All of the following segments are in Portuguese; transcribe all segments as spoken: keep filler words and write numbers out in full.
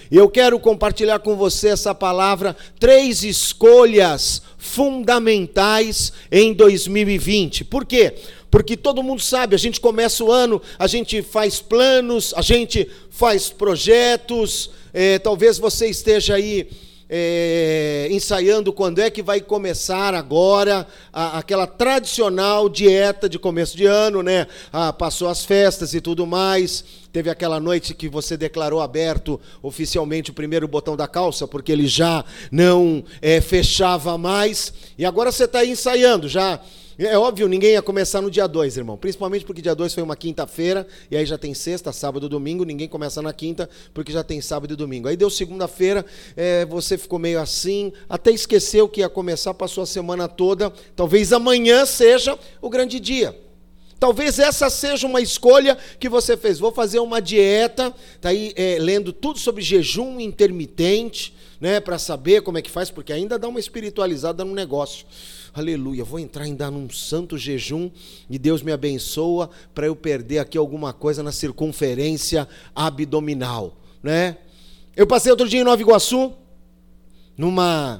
E eu quero compartilhar com você essa palavra, três escolhas fundamentais em dois mil e vinte. Por quê? Porque todo mundo sabe, a gente começa o ano, a gente faz planos, a gente faz projetos, é, talvez você esteja aí é, ensaiando quando é que vai começar agora a, aquela tradicional dieta de começo de ano, né? Ah, passou as festas e tudo mais, teve aquela noite que você declarou aberto oficialmente o primeiro botão da calça, porque ele já não é, fechava mais, e agora você está aí ensaiando, já... É óbvio, ninguém ia começar no dia dois, irmão, principalmente porque dia dois foi uma quinta-feira, e aí já tem sexta, sábado, domingo, ninguém começa na quinta, porque já tem sábado e domingo. Aí deu segunda-feira, é, você ficou meio assim, até esqueceu que ia começar, passou a semana toda, talvez amanhã seja o grande dia. Talvez essa seja uma escolha que você fez, vou fazer uma dieta, está aí é, lendo tudo sobre jejum intermitente, né, para saber como é que faz, porque ainda dá uma espiritualizada no negócio. Aleluia, vou entrar ainda num santo jejum e Deus me abençoa para eu perder aqui alguma coisa na circunferência abdominal, né? Eu passei outro dia em Nova Iguaçu, numa,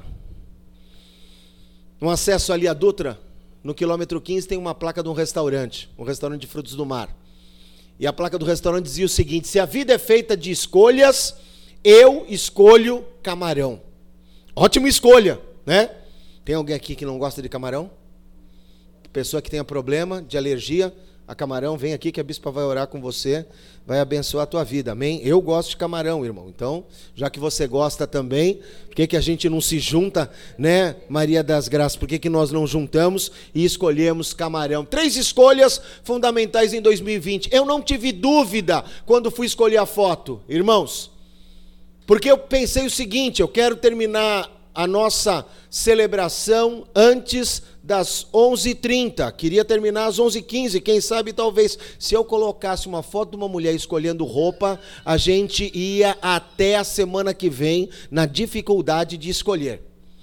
num acesso ali a Dutra, no quilômetro quinze tem uma placa de um restaurante, um restaurante de frutos do mar. E a placa do restaurante dizia o seguinte: se a vida é feita de escolhas, eu escolho camarão. Ótima escolha, né? Tem alguém aqui que não gosta de camarão? Pessoa que tenha problema de alergia a camarão, vem aqui que a bispa vai orar com você, vai abençoar a tua vida, amém? Eu gosto de camarão, irmão, então, já que você gosta também, por que que a gente não se junta, né, Maria das Graças? Por que que nós não juntamos e escolhemos camarão? Três escolhas fundamentais em dois mil e vinte. Eu não tive dúvida quando fui escolher a foto, irmãos, porque eu pensei o seguinte: eu quero terminar a nossa celebração antes das onze e trinta, queria terminar às onze e quinze, quem sabe talvez, se eu colocasse uma foto de uma mulher escolhendo roupa, a gente ia até a semana que vem na dificuldade de escolher.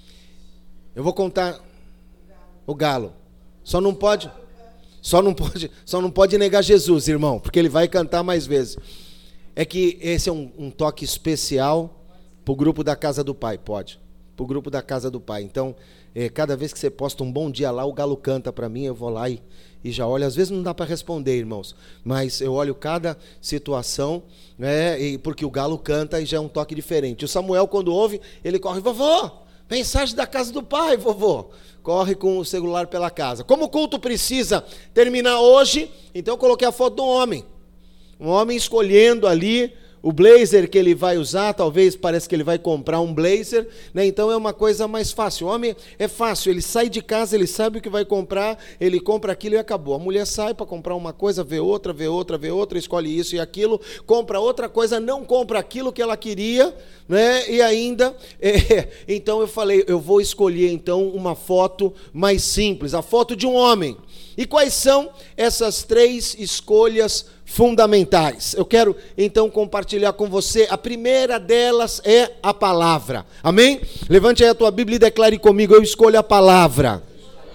Eu vou contar o galo, só não pode, só não pode, só não pode negar Jesus, irmão, porque ele vai cantar mais vezes. É que esse é um, um toque especial para o grupo da Casa do Pai, pode. Para o grupo da Casa do Pai. Então, é, cada vez que você posta um bom dia lá, o galo canta para mim, eu vou lá e, e já olho. Às vezes não dá para responder, irmãos, mas eu olho cada situação, né, e, porque o galo canta e já é um toque diferente. O Samuel, quando ouve, ele corre: vovô, mensagem da Casa do Pai, vovô. Corre com o celular pela casa. Como o culto precisa terminar hoje, então eu coloquei a foto do homem. Um homem escolhendo ali o blazer que ele vai usar, talvez parece que ele vai comprar um blazer, né? Então é uma coisa mais fácil. O homem é fácil, ele sai de casa, ele sabe o que vai comprar, ele compra aquilo e acabou. A mulher sai para comprar uma coisa, vê outra, vê outra, vê outra, escolhe isso e aquilo, compra outra coisa, não compra aquilo que ela queria, né? E ainda, é, então eu falei, eu vou escolher então uma foto mais simples, a foto de um homem. E quais são essas três escolhas fundamentais? Eu quero então compartilhar com você. A primeira delas é a palavra. Amém? Levante aí a tua Bíblia e declare comigo: eu escolho a palavra.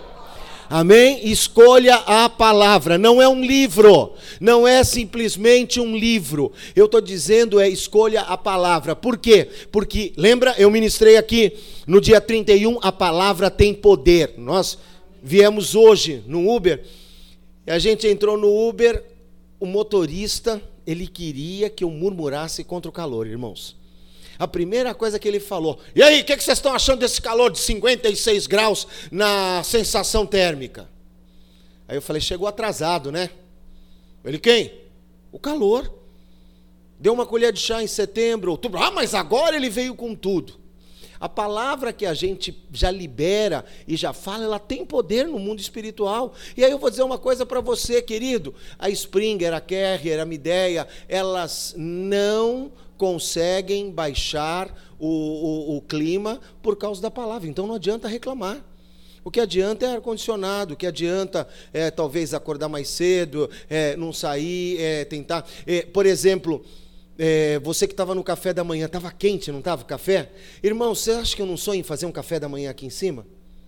Amém? Escolha a palavra. Não é um livro, não é simplesmente um livro. Eu estou dizendo é escolha a palavra. Por quê? Porque, lembra, eu ministrei aqui no dia trinta e um, a palavra tem poder. Nós viemos hoje no Uber, e a gente entrou no Uber, o motorista, ele queria que eu murmurasse contra o calor, irmãos. A primeira coisa que ele falou: e aí, o que, que vocês estão achando desse calor de cinquenta e seis graus na sensação térmica? Aí eu falei: chegou atrasado, né? Ele: quem? O calor. Deu uma colher de chá em setembro, outubro. Ah, mas agora ele veio com tudo. A palavra que a gente já libera e já fala, ela tem poder no mundo espiritual. E aí eu vou dizer uma coisa para você, querido. A Springer, a Carrier, a Midea, elas não conseguem baixar o, o, o clima por causa da palavra. Então não adianta reclamar. O que adianta é ar-condicionado, o que adianta é talvez acordar mais cedo, é, não sair, é, tentar... É, por exemplo... É, você que estava no café da manhã, estava quente, não estava o café? Irmão, você acha que eu não sonho em fazer um café da manhã aqui em cima?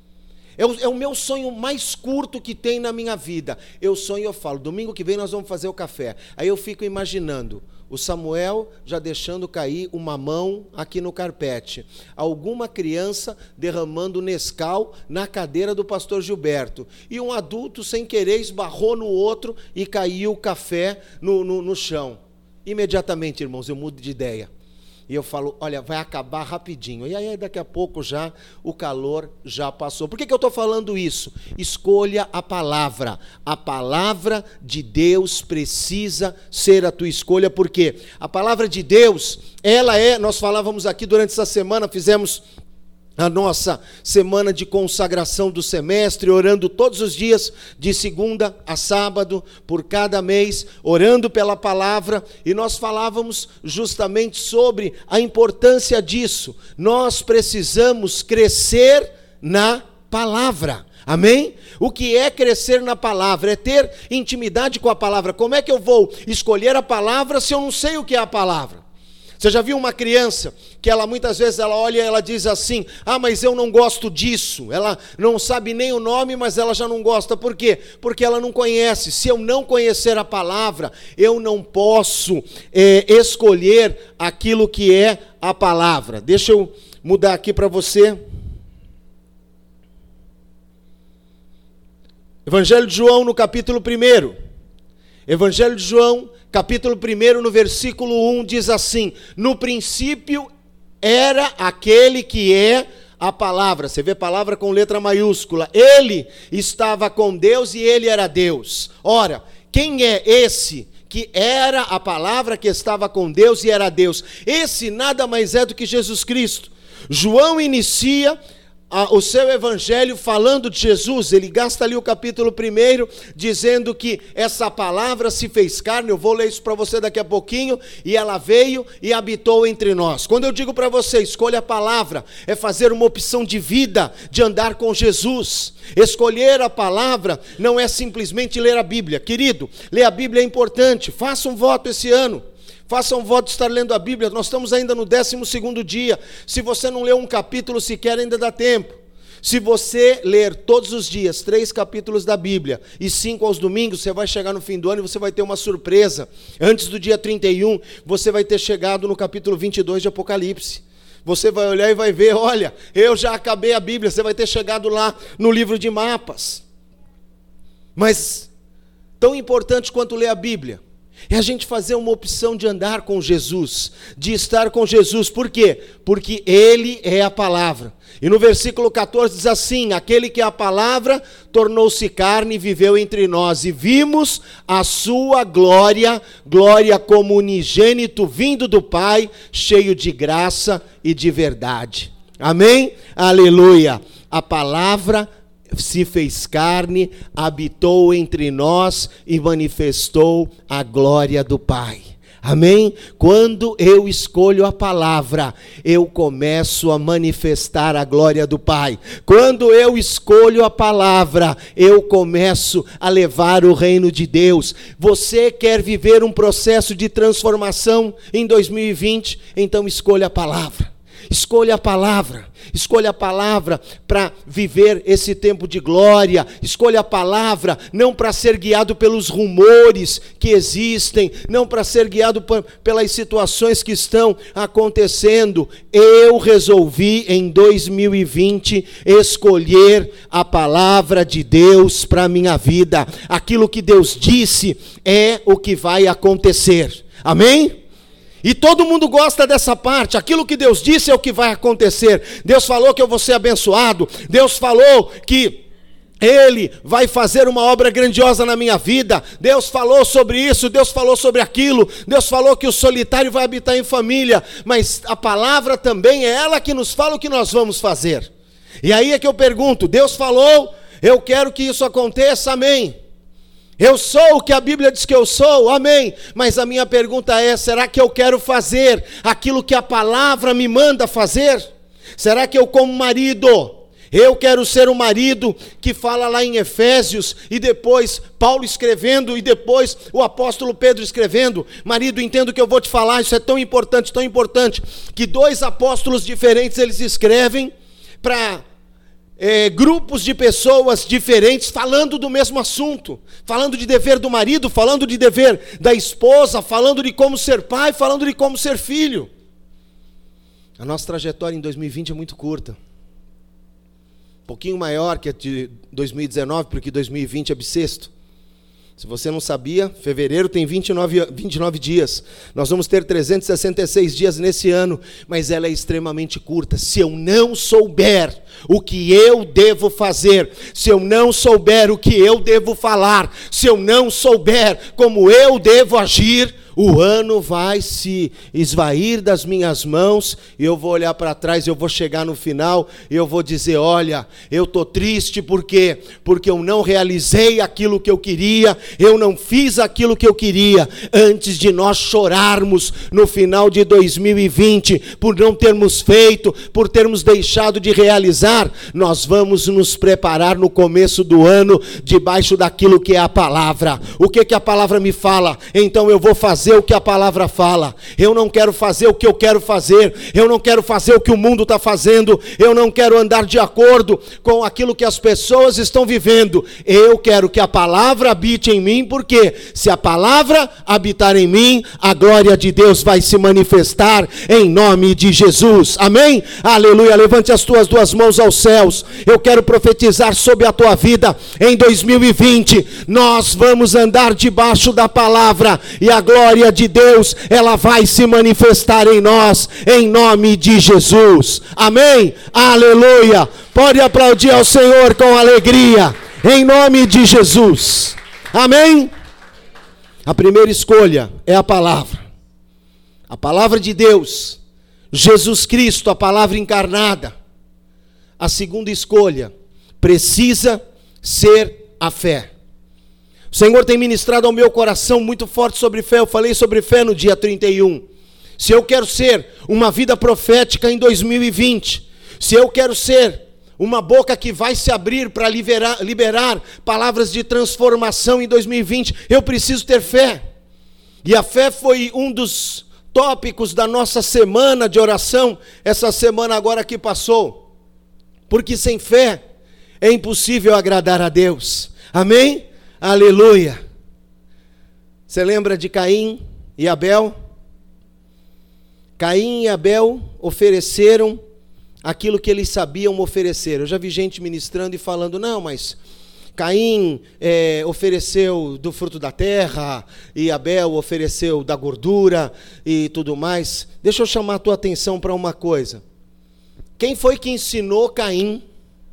É o, é o meu sonho mais curto que tem na minha vida. Eu sonho e eu falo, domingo que vem nós vamos fazer o café. Aí eu fico imaginando, o Samuel já deixando cair uma mão aqui no carpete. Alguma criança derramando Nescau na cadeira do pastor Gilberto. E um adulto, sem querer, esbarrou no outro e caiu o café no, no, no chão. Imediatamente, irmãos, eu mudo de ideia. E eu falo, olha, vai acabar rapidinho. E aí, daqui a pouco, já o calor já passou. Por que que eu estou falando isso? Escolha a palavra. A palavra de Deus precisa ser a tua escolha. Por quê? A palavra de Deus, ela é... Nós falávamos aqui durante essa semana, fizemos a nossa semana de consagração do semestre, orando todos os dias, de segunda a sábado, por cada mês, orando pela palavra, e nós falávamos justamente sobre a importância disso. Nós precisamos crescer na palavra. Amém? O que é crescer na palavra? É ter intimidade com a palavra. Como é que eu vou escolher a palavra se eu não sei o que é a palavra? Você já viu uma criança que ela muitas vezes ela olha e ela diz assim, ah, mas eu não gosto disso. Ela não sabe nem o nome, mas ela já não gosta. Por quê? Porque ela não conhece. Se eu não conhecer a palavra, eu não posso é, escolher aquilo que é a palavra. Deixa eu mudar aqui para você. Evangelho de João, no capítulo primeiro. Evangelho de João, capítulo primeiro, no versículo um, diz assim, no princípio era aquele que é a palavra. Você vê palavra com letra maiúscula. Ele estava com Deus e ele era Deus. Ora, quem é esse que era a palavra que estava com Deus e era Deus? Esse nada mais é do que Jesus Cristo. João inicia o seu evangelho falando de Jesus. Ele gasta ali o capítulo primeiro, dizendo que essa palavra se fez carne. Eu vou ler isso para você daqui a pouquinho. E ela veio e habitou entre nós. Quando eu digo para você, escolha a palavra, é fazer uma opção de vida, de andar com Jesus. Escolher a palavra não é simplesmente ler a Bíblia. Querido, ler a Bíblia é importante. Faça um voto esse ano. Faça um voto de estar lendo a Bíblia. Nós estamos ainda no décimo segundo dia. Se você não leu um capítulo sequer, ainda dá tempo. Se você ler todos os dias três capítulos da Bíblia e cinco aos domingos, você vai chegar no fim do ano e você vai ter uma surpresa. Antes do dia trinta e um, você vai ter chegado no capítulo vinte e dois de Apocalipse. Você vai olhar e vai ver, olha, eu já acabei a Bíblia. Você vai ter chegado lá no livro de mapas. Mas, tão importante quanto ler a Bíblia, é a gente fazer uma opção de andar com Jesus, de estar com Jesus. Por quê? Porque Ele é a palavra. E no versículo catorze diz assim, aquele que é a palavra tornou-se carne e viveu entre nós. E vimos a sua glória, glória como unigênito vindo do Pai, cheio de graça e de verdade. Amém? Aleluia. A palavra se fez carne, habitou entre nós e manifestou a glória do Pai. Amém? Quando eu escolho a palavra, eu começo a manifestar a glória do Pai. Quando eu escolho a palavra, eu começo a levar o reino de Deus. Você quer viver um processo de transformação em dois mil e vinte? Então escolha a palavra. Escolha a palavra, escolha a palavra para viver esse tempo de glória. Escolha a palavra não para ser guiado pelos rumores que existem, não para ser guiado por, pelas situações que estão acontecendo. Eu resolvi em dois mil e vinte escolher a palavra de Deus para a minha vida. Aquilo que Deus disse é o que vai acontecer. Amém? E todo mundo gosta dessa parte. Aquilo que Deus disse é o que vai acontecer. Deus falou que eu vou ser abençoado. Deus falou que Ele vai fazer uma obra grandiosa na minha vida. Deus falou sobre isso, Deus falou sobre aquilo. Deus falou que o solitário vai habitar em família. Mas a palavra também é ela que nos fala o que nós vamos fazer. E aí é que eu pergunto, Deus falou, eu quero que isso aconteça, amém. Eu sou o que a Bíblia diz que eu sou, amém. Mas a minha pergunta é, será que eu quero fazer aquilo que a palavra me manda fazer? Será que eu como marido, eu quero ser o marido que fala lá em Efésios, e depois Paulo escrevendo, e depois o apóstolo Pedro escrevendo, marido, entendo o que eu vou te falar, isso é tão importante, tão importante, que dois apóstolos diferentes eles escrevem para é, grupos de pessoas diferentes falando do mesmo assunto, falando de dever do marido, falando de dever da esposa, falando de como ser pai, falando de como ser filho. A nossa trajetória em dois mil e vinte é muito curta. Um pouquinho maior que a de dois mil e dezenove, porque dois mil e vinte é bissexto. Se você não sabia, fevereiro tem vinte e nove, vinte e nove dias. Nós vamos ter trezentos e sessenta e seis dias nesse ano, mas ela é extremamente curta. Se eu não souber o que eu devo fazer, se eu não souber o que eu devo falar, se eu não souber como eu devo agir, o ano vai se esvair das minhas mãos, e eu vou olhar para trás, eu vou chegar no final, e eu vou dizer, olha, eu estou triste, por quê? Porque eu não realizei aquilo que eu queria, eu não fiz aquilo que eu queria, antes de nós chorarmos no final de dois mil e vinte, por não termos feito, por termos deixado de realizar, nós vamos nos preparar no começo do ano, debaixo daquilo que é a palavra. O que que a palavra me fala? Então eu vou fazer o que a palavra fala. Eu não quero fazer o que eu quero fazer, eu não quero fazer o que o mundo está fazendo, eu não quero andar de acordo com aquilo que as pessoas estão vivendo. Eu quero que a palavra habite em mim, porque se a palavra habitar em mim, a glória de Deus vai se manifestar em nome de Jesus. Amém? Aleluia. Levante as tuas duas mãos aos céus. Eu quero profetizar sobre a tua vida em dois mil e vinte. Nós vamos andar debaixo da palavra, e a glória de Deus, ela vai se manifestar em nós, em nome de Jesus. Amém? Aleluia. Pode aplaudir ao Senhor com alegria, em nome de Jesus. Amém? A primeira escolha é a palavra. A palavra de Deus, Jesus Cristo, a palavra encarnada. A segunda escolha precisa ser a fé. O Senhor tem ministrado ao meu coração muito forte sobre fé. Eu falei sobre fé no dia trinta e um. Se eu quero ser uma vida profética em dois mil e vinte, se eu quero ser uma boca que vai se abrir para liberar, liberar palavras de transformação em dois mil e vinte, eu preciso ter fé. E a fé foi um dos tópicos da nossa semana de oração, essa semana agora que passou. Porque sem fé é impossível agradar a Deus. Amém? Aleluia. Você lembra de Caim e Abel? Caim e Abel ofereceram aquilo que eles sabiam oferecer. Eu já vi gente ministrando e falando, não, mas Caim é, ofereceu do fruto da terra, e Abel ofereceu da gordura e tudo mais. Deixa eu chamar a tua atenção para uma coisa. Quem foi que ensinou Caim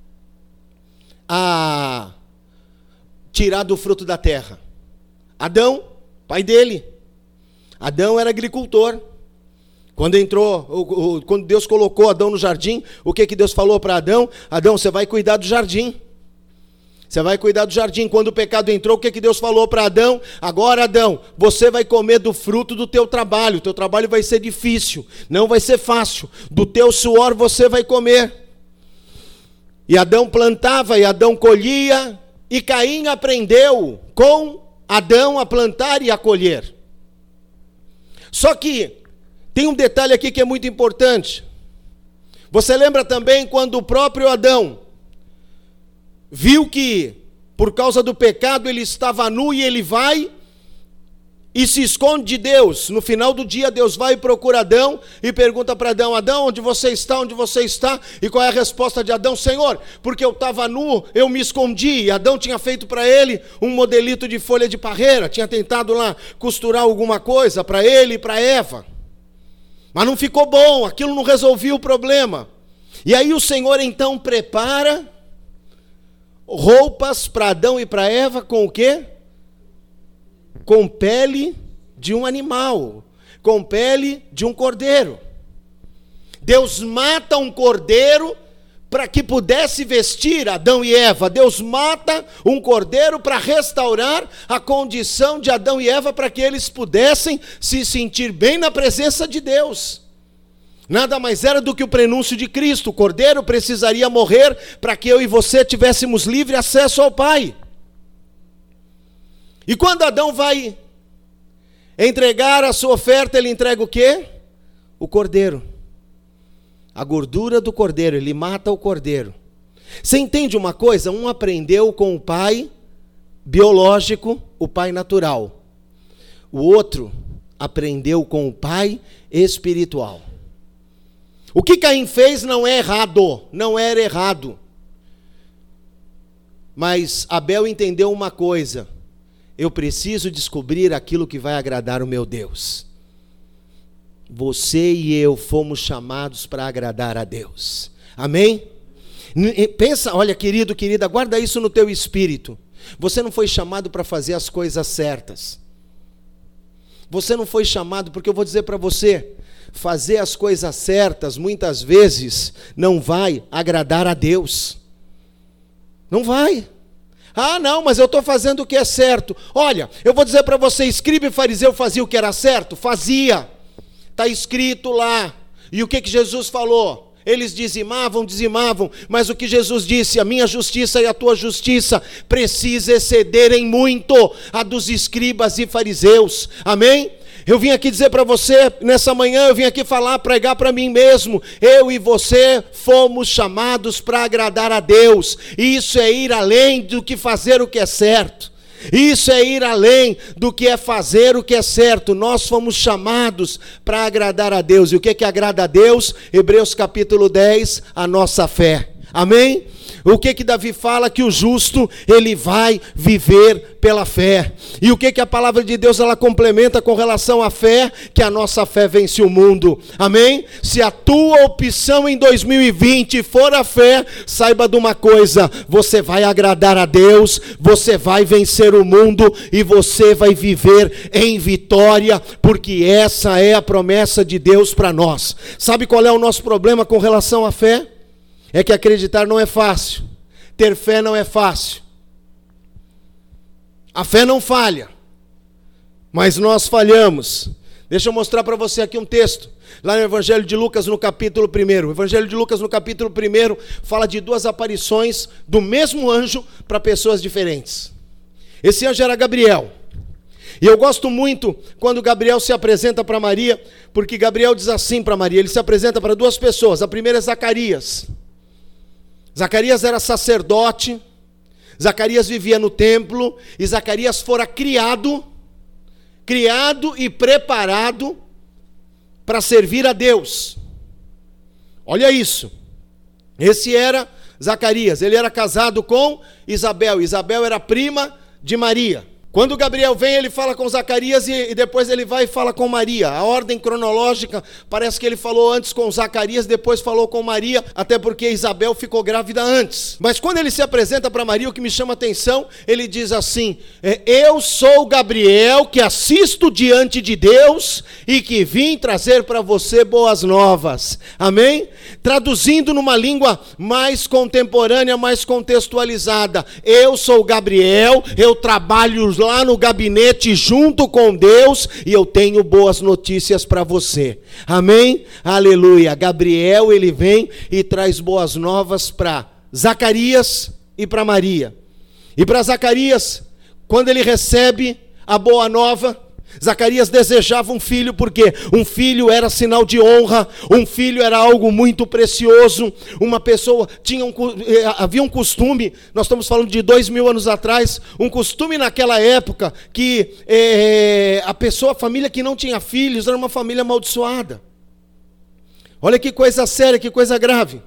a tirar do fruto da terra? Adão, pai dele. Adão era agricultor. Quando entrou, o, o, quando Deus colocou Adão no jardim, o que que Deus falou para Adão? Adão, você vai cuidar do jardim. Você vai cuidar do jardim. Quando o pecado entrou, o que que Deus falou para Adão? Agora, Adão, você vai comer do fruto do teu trabalho. O teu trabalho vai ser difícil, não vai ser fácil. Do teu suor você vai comer. E Adão plantava, e Adão colhia, e Caim aprendeu com Adão a plantar e a colher. Só que tem um detalhe aqui que é muito importante. Você lembra também quando o próprio Adão viu que por causa do pecado ele estava nu, e ele vai e se esconde de Deus. No final do dia, Deus vai e procura Adão e pergunta para Adão, Adão, onde você está, onde você está? E qual é a resposta de Adão? Senhor, porque eu estava nu, eu me escondi. E Adão tinha feito para ele um modelito de folha de parreira, tinha tentado lá costurar alguma coisa para ele e para Eva. Mas não ficou bom, aquilo não resolvia o problema. E aí o Senhor então prepara roupas para Adão e para Eva com o quê? Com pele de um animal, com pele de um cordeiro. Deus mata um cordeiro para que pudesse vestir Adão e Eva. Deus mata um cordeiro para restaurar a condição de Adão e Eva, para que eles pudessem se sentir bem na presença de Deus. Nada mais era do que o prenúncio de Cristo. O cordeiro precisaria morrer para que eu e você tivéssemos livre acesso ao Pai. E quando Adão vai entregar a sua oferta, ele entrega o quê? O cordeiro. A gordura do cordeiro, ele mata o cordeiro. Você entende uma coisa? Um aprendeu com o pai biológico, o pai natural. O outro aprendeu com o pai espiritual. O que Caim fez não é errado, não era errado. Mas Abel entendeu uma coisa: eu preciso descobrir aquilo que vai agradar o meu Deus. Você e eu fomos chamados para agradar a Deus. Amém? Pensa, olha, querido, querida, guarda isso no teu espírito. Você não foi chamado para fazer as coisas certas. Você não foi chamado, porque eu vou dizer para você, fazer as coisas certas muitas vezes não vai agradar a Deus. Não vai. Ah, não, mas eu estou fazendo o que é certo. Olha, eu vou dizer para você, escriba e fariseu fazia o que era certo? Fazia. Está escrito lá. E o que, que Jesus falou? Eles dizimavam, dizimavam, mas o que Jesus disse, a minha justiça e a tua justiça precisa exceder em muito a dos escribas e fariseus. Amém? Eu vim aqui dizer para você, nessa manhã eu vim aqui falar, pregar para mim mesmo. Eu e você fomos chamados para agradar a Deus. Isso é ir além do que fazer o que é certo. Isso é ir além do que é fazer o que é certo. Nós fomos chamados para agradar a Deus. E o que é que agrada a Deus? Hebreus capítulo dez, a nossa fé. Amém? O que que Davi fala? Que o justo, ele vai viver pela fé. E o que que a palavra de Deus, ela complementa com relação à fé? Que a nossa fé vence o mundo. Amém? Se a tua opção em dois mil e vinte for a fé, saiba de uma coisa, você vai agradar a Deus, você vai vencer o mundo e você vai viver em vitória, porque essa é a promessa de Deus para nós. Sabe qual é o nosso problema com relação à fé? É que acreditar não é fácil, ter fé não é fácil. A fé não falha, mas nós falhamos. Deixa eu mostrar para você aqui um texto, lá no Evangelho de Lucas, no capítulo primeiro. O Evangelho de Lucas, no capítulo primeiro, fala de duas aparições do mesmo anjo para pessoas diferentes. Esse anjo era Gabriel. E eu gosto muito quando Gabriel se apresenta para Maria, porque Gabriel diz assim para Maria, ele se apresenta para duas pessoas. A primeira é Zacarias. Zacarias era sacerdote, Zacarias vivia no templo, e Zacarias fora criado, criado e preparado para servir a Deus. Olha isso, esse era Zacarias, ele era casado com Isabel, Isabel era prima de Maria. Quando Gabriel vem, ele fala com Zacarias e, e depois ele vai e fala com Maria. A ordem cronológica, parece que ele falou antes com Zacarias, depois falou com Maria, até porque Isabel ficou grávida antes. Mas quando ele se apresenta para Maria, o que me chama a atenção, ele diz assim, eu sou Gabriel, que assisto diante de Deus e que vim trazer para você boas novas. Amém? Traduzindo numa língua mais contemporânea, mais contextualizada, eu sou Gabriel, eu trabalho lá no gabinete junto com Deus e eu tenho boas notícias para você. Amém? Aleluia. Gabriel, ele vem e traz boas novas para Zacarias e para Maria. E para Zacarias, quando ele recebe a boa nova, Zacarias desejava um filho, porque um filho era sinal de honra, um filho era algo muito precioso. Uma pessoa tinha um, havia um costume, nós estamos falando de dois mil anos atrás, um costume naquela época que é, a pessoa, a família que não tinha filhos era uma família amaldiçoada. Olha que coisa séria, que coisa grave.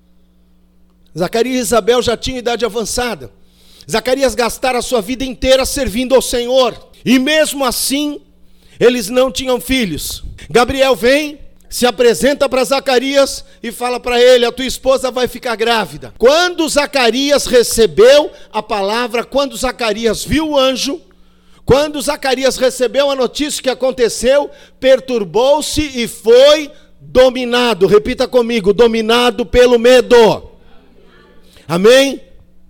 Zacarias e Isabel já tinham idade avançada. Zacarias gastara a sua vida inteira servindo ao Senhor. E mesmo assim, eles não tinham filhos. Gabriel vem, se apresenta para Zacarias e fala para ele, a tua esposa vai ficar grávida. Quando Zacarias recebeu a palavra, quando Zacarias viu o anjo, quando Zacarias recebeu a notícia que aconteceu, perturbou-se e foi dominado. Repita comigo, dominado pelo medo. Amém?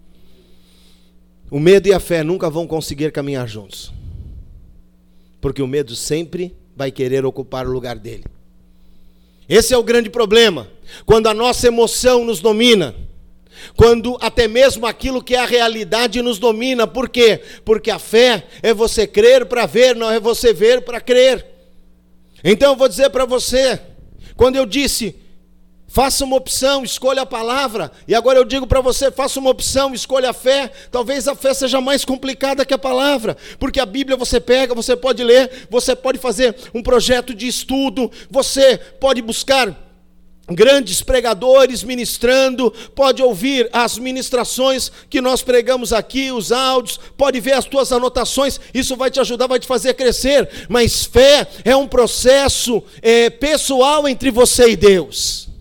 O medo e a fé nunca vão conseguir caminhar juntos. Porque o medo sempre vai querer ocupar o lugar dele. Esse é o grande problema. Quando a nossa emoção nos domina. Quando até mesmo aquilo que é a realidade nos domina. Por quê? Porque a fé é você crer para ver, não é você ver para crer. Então eu vou dizer para você. Quando eu disse, Faça uma opção, escolha a palavra. E agora eu digo para você, faça uma opção, escolha a fé. Talvez a fé seja mais complicada que a palavra, porque a Bíblia você pega, você pode ler, você pode fazer um projeto de estudo, você pode buscar grandes pregadores ministrando, pode ouvir as ministrações que nós pregamos aqui, os áudios, pode ver as tuas anotações, isso vai te ajudar, vai te fazer crescer. Mas fé é um processo é, pessoal entre você e Deus.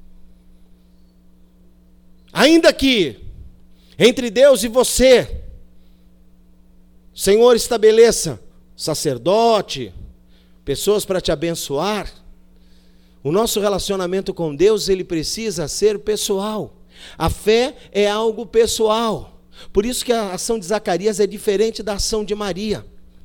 Ainda que entre Deus e você, o Senhor estabeleça sacerdote, pessoas para te abençoar, o nosso relacionamento com Deus, ele precisa ser pessoal. A fé é algo pessoal. Por isso que a ação de Zacarias é diferente da ação de Maria.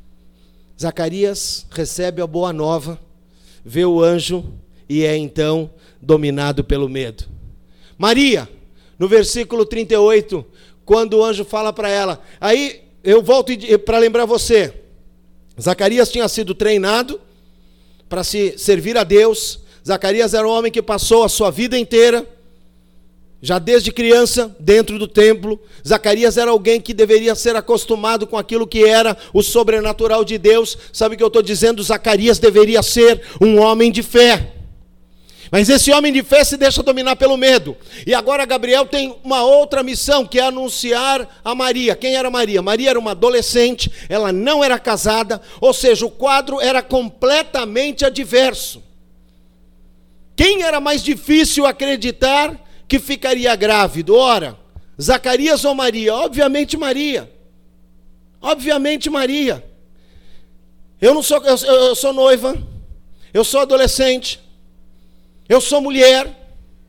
Zacarias recebe a boa nova, vê o anjo e é então dominado pelo medo. Maria, no versículo trinta e oito, quando o anjo fala para ela, aí eu volto para lembrar você, Zacarias tinha sido treinado para se servir a Deus. Zacarias era um homem que passou a sua vida inteira, já desde criança, dentro do templo. Zacarias era alguém que deveria ser acostumado com aquilo que era o sobrenatural de Deus. Sabe o que eu estou dizendo? Zacarias deveria ser um homem de fé. Mas esse homem de fé se deixa dominar pelo medo. E agora Gabriel tem uma outra missão, que é anunciar a Maria. Quem era Maria? Maria era uma adolescente, ela não era casada, ou seja, o quadro era completamente adverso. Quem era mais difícil acreditar que ficaria grávido? Ora, Zacarias ou Maria? Obviamente Maria. Obviamente Maria. Eu não sou, eu, eu sou noiva, eu sou adolescente, eu sou mulher,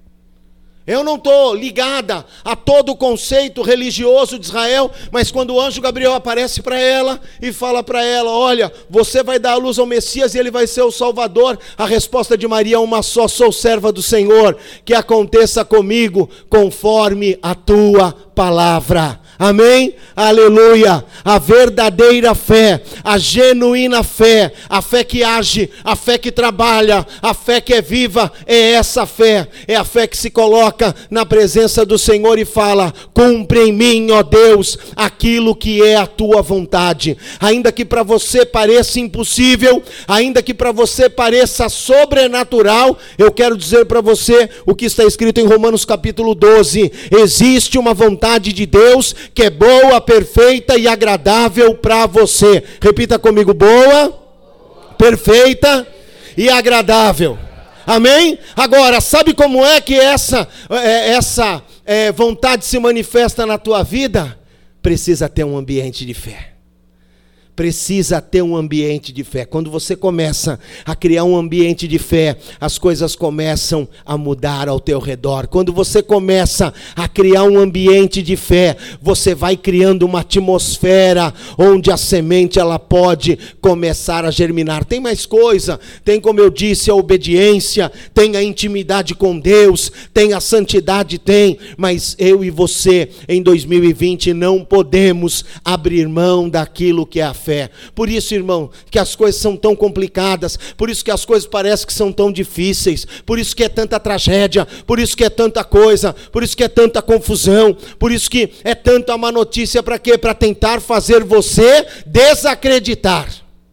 eu não estou ligada a todo o conceito religioso de Israel, mas quando o anjo Gabriel aparece para ela e fala para ela, olha, você vai dar à luz ao Messias e ele vai ser o Salvador, a resposta de Maria é uma só: sou serva do Senhor, que aconteça comigo conforme a tua palavra. Amém? Aleluia! A verdadeira fé, a genuína fé, a fé que age, a fé que trabalha, a fé que é viva, é essa fé, é a fé que se coloca na presença do Senhor e fala: cumpre em mim, ó Deus, aquilo que é a tua vontade. Ainda que para você pareça impossível, ainda que para você pareça sobrenatural, eu quero dizer para você o que está escrito em Romanos capítulo doze: existe uma vontade de Deus que é boa, perfeita e agradável para você. Repita comigo: boa, perfeita e agradável. Amém? Agora, sabe como é que essa, é, essa é, vontade se manifesta na tua vida? Precisa ter um ambiente de fé. Precisa ter um ambiente de fé. Quando você começa a criar um ambiente de fé, as coisas começam a mudar ao teu redor. Quando você começa a criar um ambiente de fé, você vai criando uma atmosfera onde a semente ela pode começar a germinar. Tem mais coisa, tem, como eu disse, a obediência, tem a intimidade com Deus, tem a santidade, tem, mas eu e você em dois mil e vinte não podemos abrir mão daquilo que é a fé. Fé. Por isso, irmão, que as coisas são tão complicadas, por isso que as coisas parecem que são tão difíceis, por isso que é tanta tragédia, por isso que é tanta coisa, por isso que é tanta confusão, por isso que é tanta má notícia. Para quê? Para tentar fazer você desacreditar.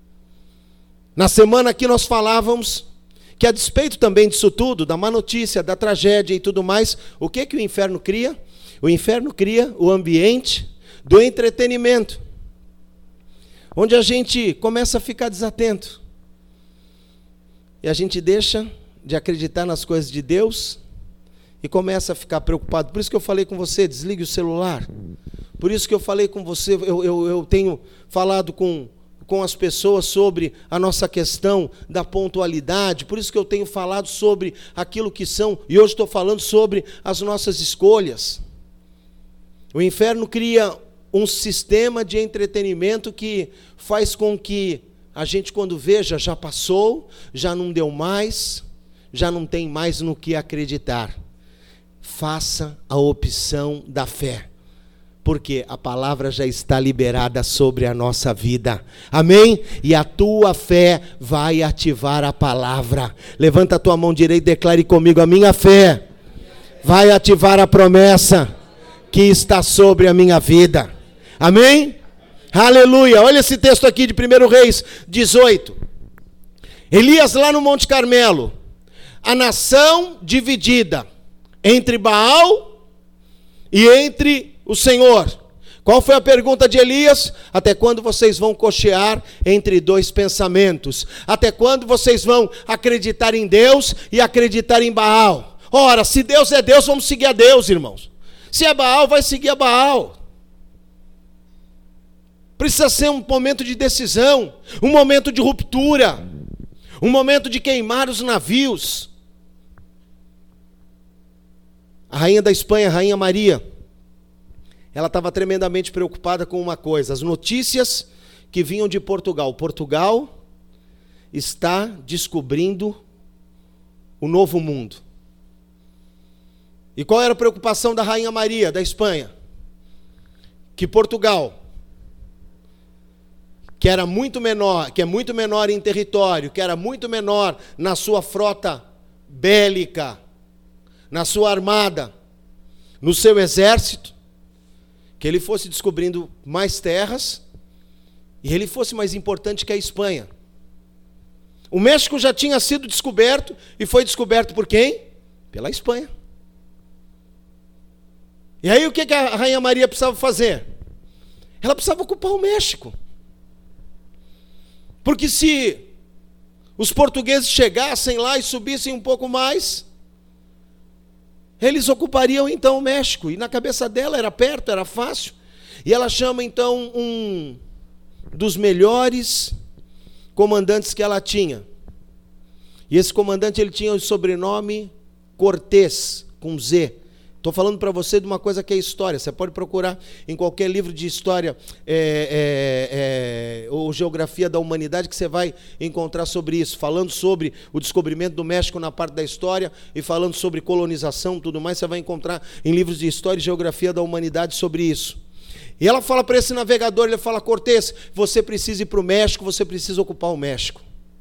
Na semana aqui nós falávamos que, a despeito também disso tudo, da má notícia, da tragédia e tudo mais, o que que o inferno cria? O inferno cria o ambiente do entretenimento, onde a gente começa a ficar desatento. E a gente deixa de acreditar nas coisas de Deus e começa a ficar preocupado. Por isso que eu falei com você, desligue o celular. Por isso que eu falei com você, eu, eu, eu tenho falado com, com as pessoas sobre a nossa questão da pontualidade. Por isso que eu tenho falado sobre aquilo que são, e hoje estou falando sobre as nossas escolhas. O inferno cria um sistema de entretenimento que faz com que a gente, quando veja, já passou, já não deu mais, já não tem mais no que acreditar. Faça a opção da fé. Porque a palavra já está liberada sobre a nossa vida. Amém? E a tua fé vai ativar a palavra. Levanta a tua mão direita e declare comigo: a minha fé vai ativar a promessa que está sobre a minha vida. Amém? Aleluia. Olha esse texto aqui de primeiro Reis dezoito. Elias lá no Monte Carmelo. A nação dividida entre Baal e entre o Senhor. Qual foi a pergunta de Elias? Até quando vocês vão cochear entre dois pensamentos? Até quando vocês vão acreditar em Deus e acreditar em Baal? Ora, se Deus é Deus, vamos seguir a Deus, irmãos. Se é Baal, vai seguir a Baal. Precisa ser um momento de decisão, um momento de ruptura, um momento de queimar os navios. A rainha da Espanha, a rainha Maria, ela estava tremendamente preocupada com uma coisa: as notícias que vinham de Portugal. Portugal está descobrindo o novo mundo. E qual era a preocupação da rainha Maria, da Espanha? Que Portugal, que era muito menor, que é muito menor em território, que era muito menor na sua frota bélica, na sua armada, no seu exército, que ele fosse descobrindo mais terras e ele fosse mais importante que a Espanha. O México já tinha sido descoberto e foi descoberto por quem? Pela Espanha. E aí o que a rainha Maria precisava fazer? Ela precisava ocupar o México. Porque se os portugueses chegassem lá e subissem um pouco mais, eles ocupariam então o México. E na cabeça dela era perto, era fácil. E ela chama então um dos melhores comandantes que ela tinha. E esse comandante, ele tinha o sobrenome Cortés, com Z. Estou falando para você de uma coisa que é história. Você pode procurar em qualquer livro de história é, é, é, ou geografia da humanidade, que você vai encontrar sobre isso, falando sobre o descobrimento do México na parte da história e falando sobre colonização e tudo mais. Você vai encontrar em livros de história e geografia da humanidade sobre isso. E ela fala para esse navegador, ele fala: Cortés, você precisa ir para o México, você precisa ocupar o México.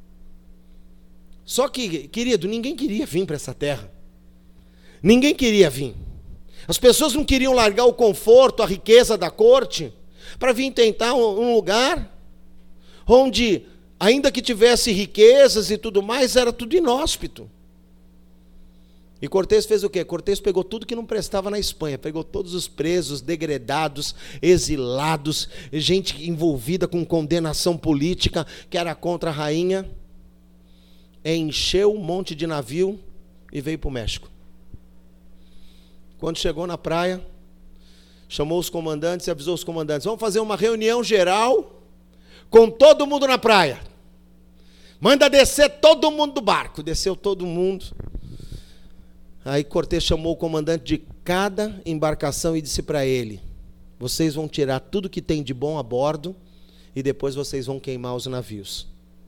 Só que, querido, ninguém queria vir para essa terra. Ninguém queria vir. As pessoas não queriam largar o conforto, a riqueza da corte, para vir tentar um lugar onde, ainda que tivesse riquezas e tudo mais, era tudo inóspito. E Cortés fez o quê? Cortés pegou tudo que não prestava na Espanha, pegou todos os presos, degredados, exilados, gente envolvida com condenação política, que era contra a rainha, encheu um monte de navio e veio para o México. Quando chegou na praia, chamou os comandantes e avisou os comandantes: vamos fazer uma reunião geral com todo mundo na praia. Manda descer todo mundo do barco. Desceu todo mundo. Aí Cortés chamou o comandante de cada embarcação e disse para ele: vocês vão tirar tudo que tem de bom a bordo e depois vocês vão queimar os navios.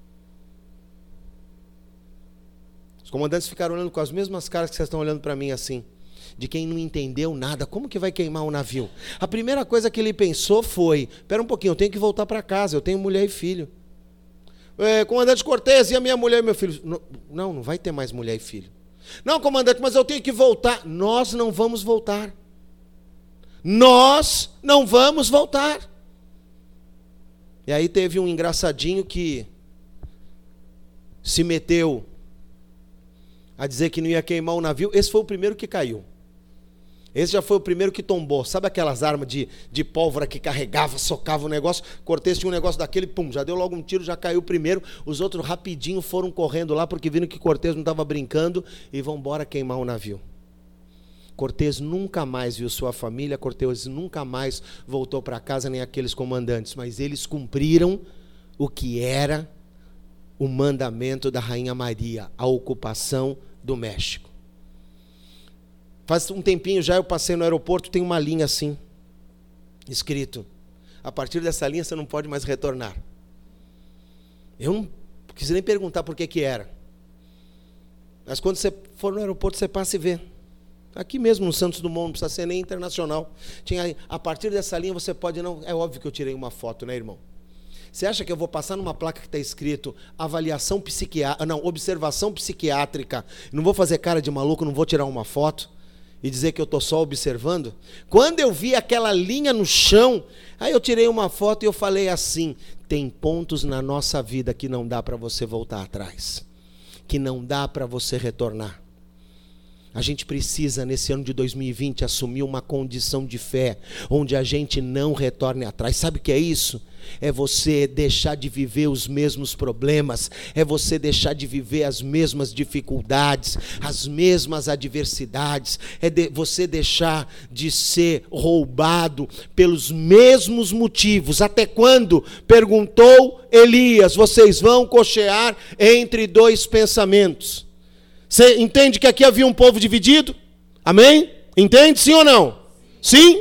Os comandantes ficaram olhando com as mesmas caras que vocês estão olhando para mim assim, de quem não entendeu nada. Como que vai queimar o navio? A primeira coisa que ele pensou foi: espera um pouquinho, eu tenho que voltar para casa, eu tenho mulher e filho. É, comandante Cortés, e a minha mulher e meu filho? Não, não vai ter mais mulher e filho. Não, comandante, mas eu tenho que voltar. Nós não vamos voltar. Nós não vamos voltar. E aí teve um engraçadinho que se meteu a dizer que não ia queimar o navio. Esse foi o primeiro que caiu. Esse já foi o primeiro que tombou. Sabe aquelas armas de, de pólvora que carregava, socava o negócio? Cortés tinha um negócio daquele, pum, já deu logo um tiro, já caiu primeiro. Os outros rapidinho foram correndo lá, porque viram que Cortés não estava brincando, e vão embora queimar o navio. Cortés nunca mais viu sua família, Cortés nunca mais voltou para casa, nem aqueles comandantes, mas eles cumpriram o que era o mandamento da Rainha Maria, a ocupação do México. Faz um tempinho já eu passei no aeroporto, tem uma linha assim, escrito: a partir dessa linha você não pode mais retornar. Eu não quis nem perguntar por que que era. Mas quando você for no aeroporto, você passa e vê. Aqui mesmo no Santos Dumont, não precisa ser nem internacional. Tinha, a partir dessa linha você pode não... É óbvio que eu tirei uma foto, né, irmão? Você acha que eu vou passar numa placa que está escrito avaliação psiquiátrica, não, observação psiquiátrica, não vou fazer cara de maluco, não vou tirar uma foto e dizer que eu estou só observando? Quando eu vi aquela linha no chão, aí eu tirei uma foto e eu falei assim, tem pontos na nossa vida que não dá para você voltar atrás, que não dá para você retornar. A gente precisa, nesse ano de dois mil e vinte, assumir uma condição de fé, onde a gente não retorne atrás. Sabe o que é isso? É você deixar de viver os mesmos problemas, é você deixar de viver as mesmas dificuldades, as mesmas adversidades, é de você deixar de ser roubado pelos mesmos motivos. Até quando? Perguntou Elias, vocês vão cochear entre dois pensamentos. Você entende que aqui havia um povo dividido? Amém? Entende? Sim ou não? Sim?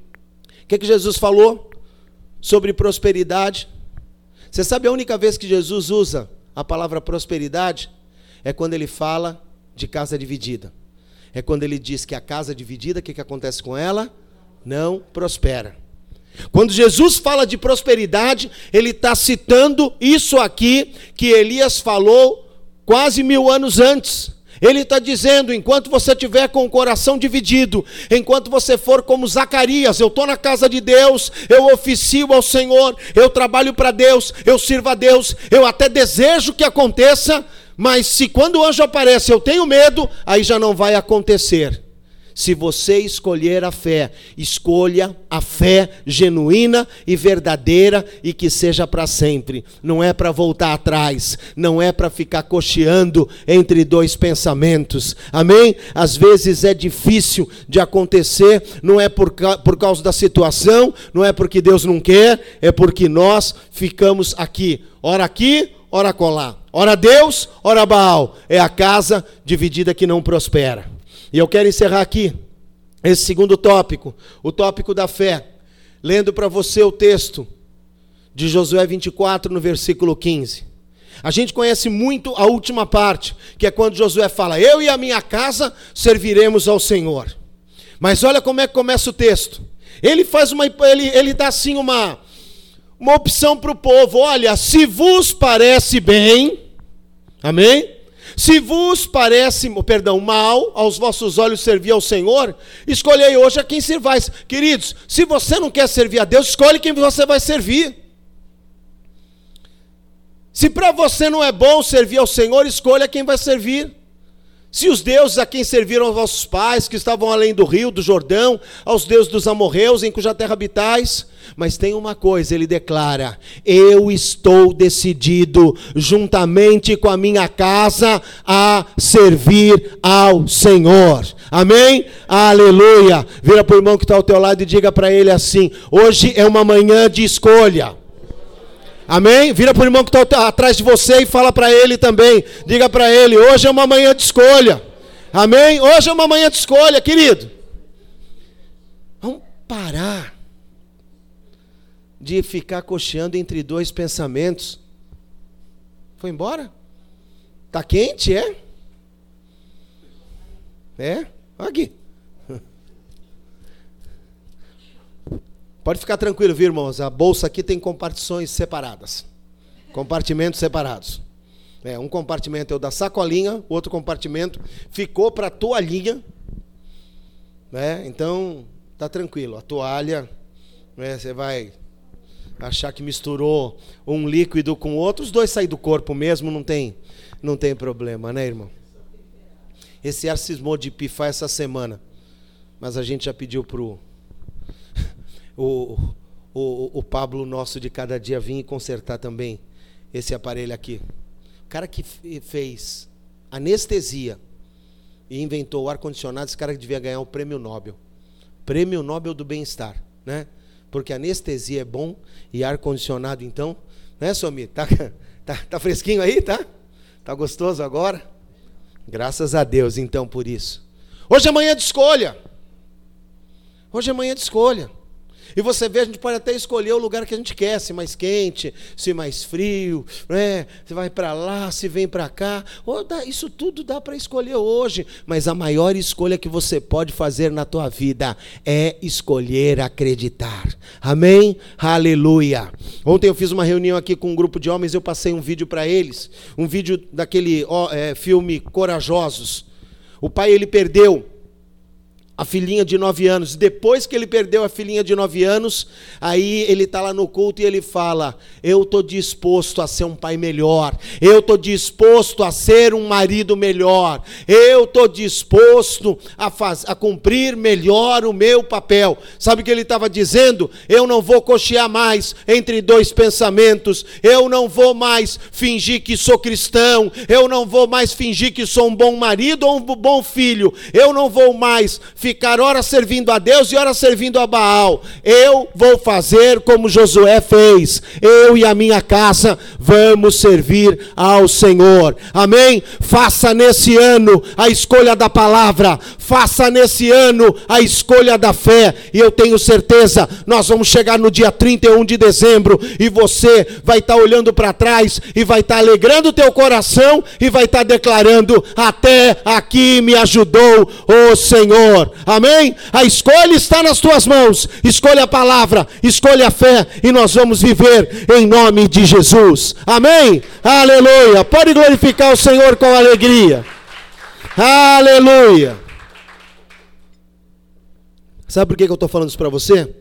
O que, que Jesus falou sobre prosperidade? Você sabe a única vez que Jesus usa a palavra prosperidade? É quando ele fala de casa dividida. É quando ele diz que a casa dividida, o que, que acontece com ela? Não prospera. Quando Jesus fala de prosperidade, ele está citando isso aqui que Elias falou quase mil anos antes. Ele está dizendo, enquanto você estiver com o coração dividido, enquanto você for como Zacarias, eu estou na casa de Deus, eu oficio ao Senhor, eu trabalho para Deus, eu sirvo a Deus, eu até desejo que aconteça, mas se quando o anjo aparece eu tenho medo, aí já não vai acontecer. Se você escolher a fé, escolha a fé genuína e verdadeira e que seja para sempre. Não é para voltar atrás, não é para ficar cocheando entre dois pensamentos. Amém? Às vezes é difícil de acontecer, não é por, por causa da situação, não é porque Deus não quer, é porque nós ficamos aqui, ora aqui, ora acolá. Ora Deus, ora Baal. É a casa dividida que não prospera. E eu quero encerrar aqui esse segundo tópico, o tópico da fé, lendo para você o texto de Josué vinte e quatro, no versículo quinze. A gente conhece muito a última parte, que é quando Josué fala, eu e a minha casa serviremos ao Senhor. Mas olha como é que começa o texto. Ele faz uma, ele, ele dá assim uma, uma opção para o povo, olha, se vos parece bem, amém? Se vos parece, perdão, mal aos vossos olhos servir ao Senhor, escolhei hoje a quem servais. Queridos, se você não quer servir a Deus, escolhe quem você vai servir. Se para você não é bom servir ao Senhor, escolha quem vai servir. Se os deuses a quem serviram os vossos pais, que estavam além do rio, do Jordão, aos deuses dos amorreus, em cuja terra habitais. Mas tem uma coisa, ele declara, eu estou decidido, juntamente com a minha casa, a servir ao Senhor. Amém? Aleluia. Vira para o irmão que está ao teu lado e diga para ele assim, hoje é uma manhã de escolha. Amém? Vira para o irmão que está atrás de você e fala para ele também. Diga para ele, hoje é uma manhã de escolha. Amém? Hoje é uma manhã de escolha, querido. Vamos parar de ficar cocheando entre dois pensamentos. Foi embora? Tá quente, é? É? Aqui. Pode ficar tranquilo, viu, irmãos? A bolsa aqui tem compartições separadas. Compartimentos separados. É, um compartimento é o da sacolinha, o outro compartimento ficou para a toalhinha. Né? Então, tá tranquilo. A toalha, né, você vai achar que misturou um líquido com outro, os dois saem do corpo mesmo, não tem, não tem problema, né, irmão? Esse ar cismou de pifar essa semana, mas a gente já pediu pro o, o, o Pablo nosso de cada dia vir e consertar também esse aparelho aqui. O cara que fez anestesia e inventou o ar-condicionado, esse cara que devia ganhar o prêmio Nobel. Prêmio Nobel do bem-estar, né? Porque anestesia é bom e ar-condicionado então, né, Somir? Tá, tá, tá fresquinho aí, tá? Tá gostoso agora? Graças a Deus, então, por isso. Hoje é manhã de escolha. Hoje é manhã de escolha. E você vê, a gente pode até escolher o lugar que a gente quer, se mais quente, se mais frio, né? Se vai para lá, se vem para cá. Ou dá, isso tudo dá para escolher hoje. Mas a maior escolha que você pode fazer na tua vida é escolher acreditar. Amém? Aleluia. Ontem eu fiz uma reunião aqui com um grupo de homens, eu passei um vídeo para eles. Um vídeo daquele ó, é, filme Corajosos. O pai, ele perdeu a filhinha de nove anos. Depois que ele perdeu a filhinha de nove anos, aí ele está lá no culto e ele fala: eu estou disposto a ser um pai melhor, eu estou disposto a ser um marido melhor, eu estou disposto a, faz, a cumprir melhor o meu papel. Sabe o que ele estava dizendo? Eu não vou cochear mais entre dois pensamentos, eu não vou mais fingir que sou cristão, eu não vou mais fingir que sou um bom marido ou um bom filho, eu não vou mais ficar ora servindo a Deus e ora servindo a Baal. Eu vou fazer como Josué fez. Eu e a minha casa vamos servir ao Senhor. Amém? Faça nesse ano a escolha da palavra. Faça nesse ano a escolha da fé. E eu tenho certeza, nós vamos chegar no dia trinta e um de dezembro e você vai estar olhando para trás e vai estar alegrando o teu coração e vai estar declarando: até aqui me ajudou o Senhor. Amém? A escolha está nas tuas mãos. Escolha a palavra, escolha a fé e nós vamos viver em nome de Jesus. Amém? Aleluia. Pode glorificar o Senhor com alegria. Aleluia. Sabe por que eu estou falando isso para você?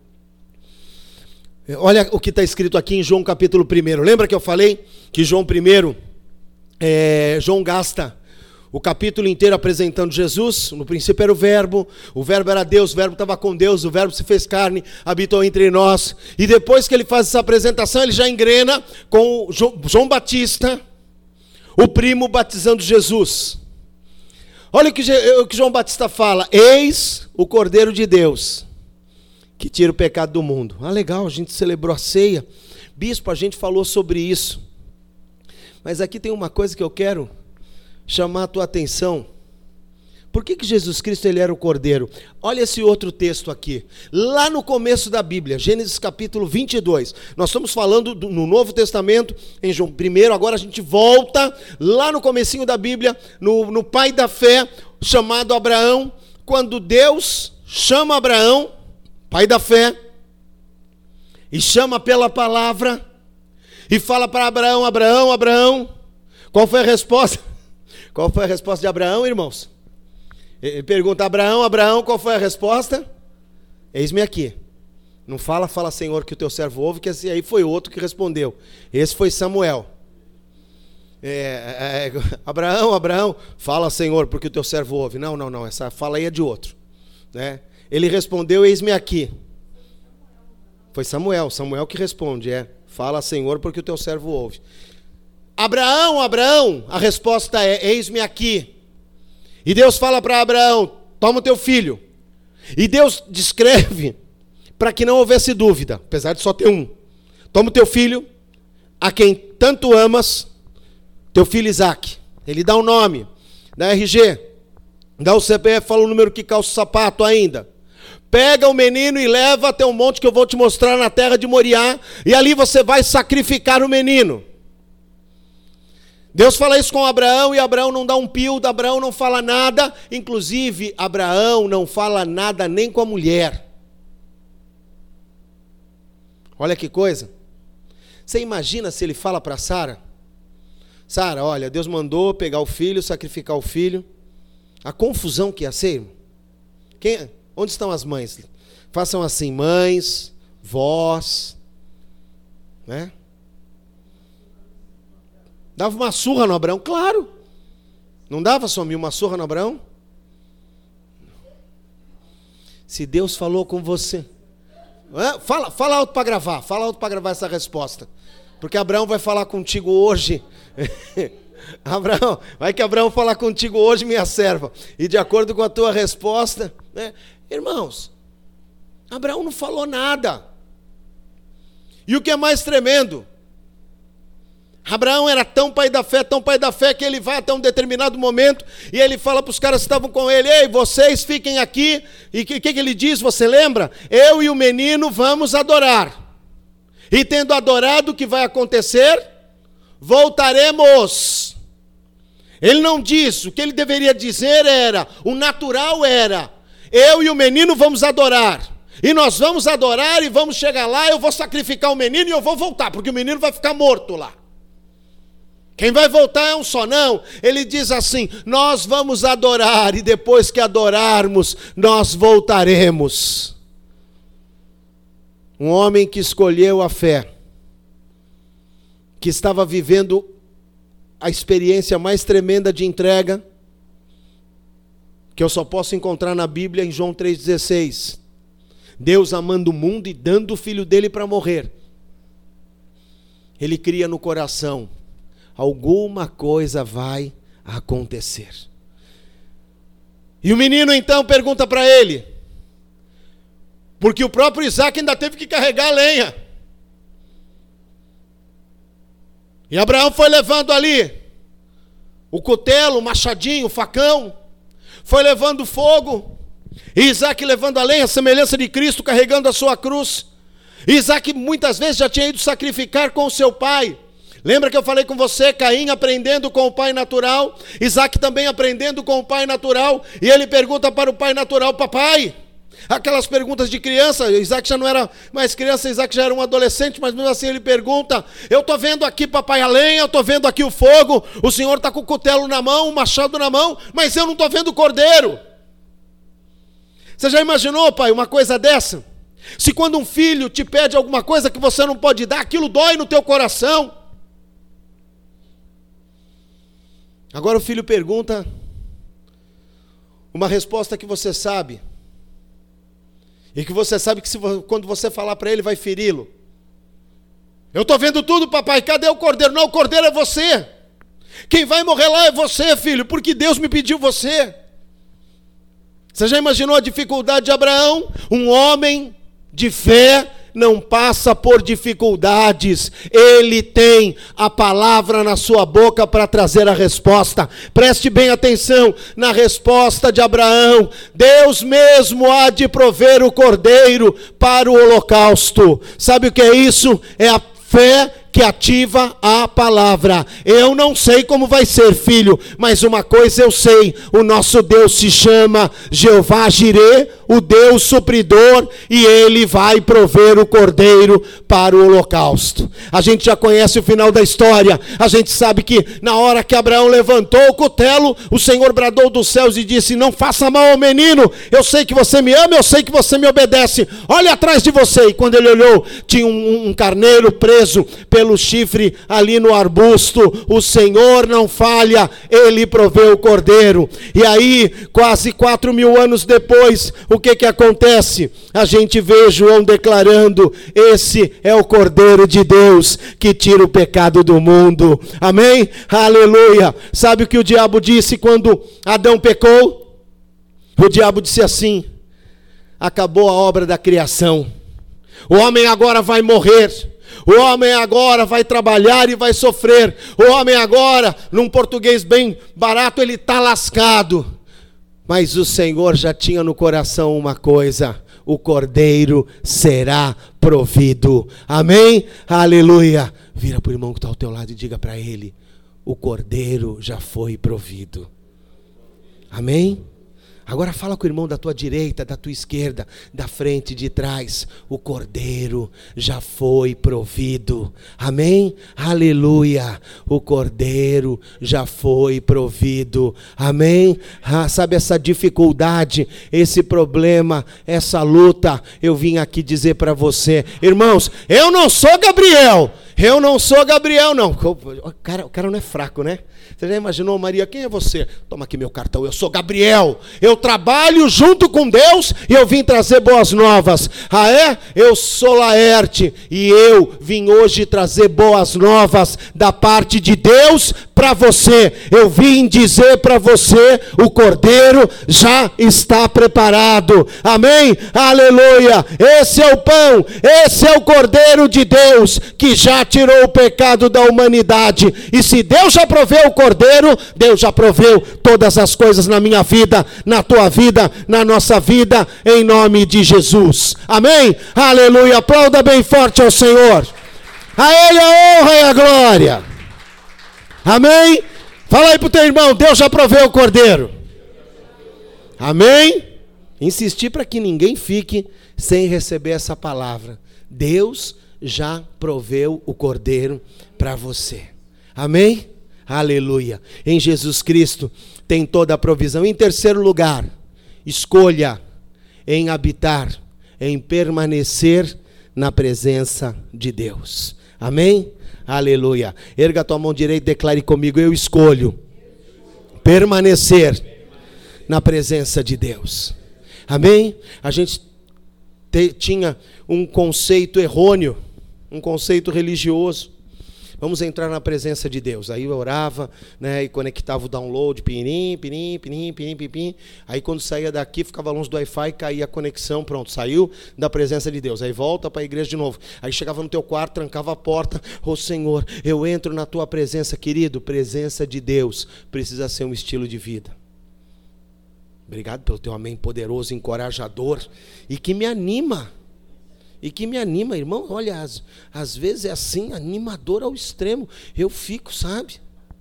Olha o que está escrito aqui em João capítulo um. Lembra que eu falei que João um, é, João gasta o capítulo inteiro apresentando Jesus? No princípio era o verbo, o verbo era Deus, o verbo estava com Deus, o verbo se fez carne, habitou entre nós. E depois que ele faz essa apresentação, ele já engrena com João Batista, o primo, batizando Jesus. Olha o que, o que João Batista fala: eis o Cordeiro de Deus, que tira o pecado do mundo. Ah, legal, a gente celebrou a ceia. Bispo, a gente falou sobre isso. Mas aqui tem uma coisa que eu quero chamar a tua atenção. Por que que Jesus Cristo ele era o Cordeiro? Olha esse outro texto aqui, lá no começo da Bíblia, Gênesis capítulo vinte e dois. Nós estamos falando do, no Novo Testamento, em João um, agora a gente volta lá no comecinho da Bíblia, no, no pai da fé, chamado Abraão, quando Deus chama Abraão, pai da fé, e chama pela palavra, e fala para Abraão: Abraão, Abraão. Qual foi a resposta? Qual foi a resposta de Abraão, irmãos? Ele pergunta: Abraão, Abraão, qual foi a resposta? Eis-me aqui. Não fala, fala Senhor que o teu servo ouve, que esse aí foi outro que respondeu. Esse foi Samuel. É, é, Abraão, Abraão, fala Senhor porque o teu servo ouve. Não, não, não, essa fala aí é de outro, né? Ele respondeu: eis-me aqui. Foi Samuel, Samuel que responde, é, fala Senhor porque o teu servo ouve. Abraão, Abraão, a resposta é: eis-me aqui. E Deus fala para Abraão: toma o teu filho. E Deus descreve para que não houvesse dúvida, apesar de só ter um: toma o teu filho, a quem tanto amas, teu filho Isaque. Ele dá o nome, dá R G, dá o C P F, fala o número que calça o sapato ainda. Pega o menino e leva até um monte que eu vou te mostrar na terra de Moriá, e ali você vai sacrificar o menino. Deus fala isso com Abraão e Abraão não dá um pio, Abraão não fala nada. Inclusive, Abraão não fala nada nem com a mulher. Olha que coisa. Você imagina se ele fala para Sara: Sara, olha, Deus mandou pegar o filho, sacrificar o filho. A confusão que ia ser, irmão. Quem, onde estão as mães? Façam assim: mães, vós, né? Dava uma surra no Abraão, claro. Não dava, Somil, uma surra no Abraão? Se Deus falou com você, é? fala, fala alto para gravar, fala alto para gravar essa resposta, porque Abraão vai falar contigo hoje. Abraão, vai que Abraão falar contigo hoje, minha serva, e de acordo com a tua resposta, né? Irmãos, Abraão não falou nada. E o que é mais tremendo, Abraão era tão pai da fé, tão pai da fé, que ele vai até um determinado momento e ele fala para os caras que estavam com ele: ei, vocês fiquem aqui. E o que, que, que ele diz, você lembra? Eu e o menino vamos adorar. E tendo adorado, o que vai acontecer? Voltaremos. Ele não diz, o que ele deveria dizer era, o natural era: eu e o menino vamos adorar. E nós vamos adorar e vamos chegar lá, eu vou sacrificar o menino e eu vou voltar, porque o menino vai ficar morto lá. Quem vai voltar é um só, não. Ele diz assim: nós vamos adorar e depois que adorarmos, nós voltaremos. Um homem que escolheu a fé, que estava vivendo a experiência mais tremenda de entrega, que eu só posso encontrar na Bíblia em João três dezesseis. Deus amando o mundo e dando o filho dele para morrer. Ele cria no coração: alguma coisa vai acontecer. E o menino então pergunta para ele, porque o próprio Isaac ainda teve que carregar a lenha. E Abraão foi levando ali o cutelo, o machadinho, o facão, foi levando fogo, e Isaac levando a lenha, a semelhança de Cristo, carregando a sua cruz. E Isaac muitas vezes já tinha ido sacrificar com o seu pai. Lembra que eu falei com você, Caim aprendendo com o pai natural, Isaac também aprendendo com o pai natural, e ele pergunta para o pai natural: papai, aquelas perguntas de criança. Isaac já não era mais criança, Isaac já era um adolescente, mas mesmo assim ele pergunta: eu estou vendo aqui, papai, a lenha, eu estou vendo aqui o fogo, o senhor está com o cutelo na mão, o machado na mão, mas eu não estou vendo o cordeiro. Você já imaginou, pai, uma coisa dessa? Se quando um filho te pede alguma coisa que você não pode dar, aquilo dói no teu coração. Agora o filho pergunta uma resposta que você sabe, e que você sabe que se, quando você falar para ele vai feri-lo. Eu estou vendo tudo, papai, cadê o cordeiro? Não, o cordeiro é você. Quem vai morrer lá é você, filho, porque Deus me pediu você. Você já imaginou a dificuldade de Abraão? Um homem de fé não passa por dificuldades, ele tem a palavra na sua boca para trazer a resposta. Preste bem atenção na resposta de Abraão: Deus mesmo há de prover o cordeiro para o holocausto. Sabe o que é isso? É a fé que ativa a palavra. Eu não sei como vai ser, filho, mas uma coisa eu sei: o nosso Deus se chama Jeová Jirê, o Deus supridor, e ele vai prover o cordeiro para o holocausto. A gente já conhece o final da história. A gente sabe que na hora que Abraão levantou o cutelo, o Senhor bradou dos céus e disse: não faça mal ao menino, eu sei que você me ama, eu sei que você me obedece, olha atrás de você. E quando ele olhou, tinha um, um carneiro preso pelo pelo chifre ali no arbusto. O Senhor não falha, ele proveu o cordeiro. E aí, quase quatro mil anos depois, o que que acontece? A gente vê João declarando: esse é o Cordeiro de Deus que tira o pecado do mundo. Amém? Aleluia. Sabe o que o diabo disse quando Adão pecou? O diabo disse assim: acabou a obra da criação, o homem agora vai morrer, o homem agora vai trabalhar e vai sofrer, o homem agora, num português bem barato, ele está lascado. Mas o Senhor já tinha no coração uma coisa: o cordeiro será provido. Amém? Aleluia. Vira para o irmão que está ao teu lado e diga para ele: o cordeiro já foi provido. Amém? Agora fala com o irmão da tua direita, da tua esquerda, da frente, de trás: o cordeiro já foi provido. Amém? Aleluia. O cordeiro já foi provido. Amém? Ah, sabe essa dificuldade, esse problema, essa luta? Eu vim aqui dizer para você, irmãos, eu não sou Gabriel. Eu não sou Gabriel, não. O cara, o cara não é fraco, né? Você já imaginou, Maria, quem é você? Toma aqui meu cartão, eu sou Gabriel. Eu trabalho junto com Deus e eu vim trazer boas novas. Ah, é? Eu sou Laerte e eu vim hoje trazer boas novas da parte de Deus para você. Eu vim dizer para você, o cordeiro já está preparado. Amém? Aleluia. Esse é o pão, esse é o cordeiro de Deus, que já tirou o pecado da humanidade. E se Deus já proveu o cordeiro, Deus já proveu todas as coisas na minha vida, na tua vida, na nossa vida, em nome de Jesus. Amém? Aleluia. Aplauda bem forte ao Senhor. A Ele a honra e a glória. Amém? Fala aí pro teu irmão, Deus já proveu o cordeiro. Amém? Insistir para que ninguém fique sem receber essa palavra. Deus já proveu o cordeiro para você. Amém? Aleluia. Em Jesus Cristo tem toda a provisão. Em terceiro lugar, escolha em habitar, em permanecer na presença de Deus. Amém? Aleluia. Erga tua mão direita e declare comigo: eu escolho permanecer na presença de Deus. Amém? A gente te, tinha um conceito errôneo, um conceito religioso. Vamos entrar na presença de Deus. Aí eu orava, né, e conectava o download, pirim, pirim, pirim, pirim, pirim. Aí quando saía daqui, ficava longe do Wi-Fi, caía a conexão, pronto, saiu da presença de Deus. Aí volta para a igreja de novo. Aí chegava no teu quarto, trancava a porta. Ô oh, Senhor, eu entro na tua presença, querido. Presença de Deus precisa ser um estilo de vida. Obrigado pelo teu amém poderoso, encorajador e que me anima. E que me anima, irmão. Olha, às, às vezes é assim, animador ao extremo. Eu fico, sabe?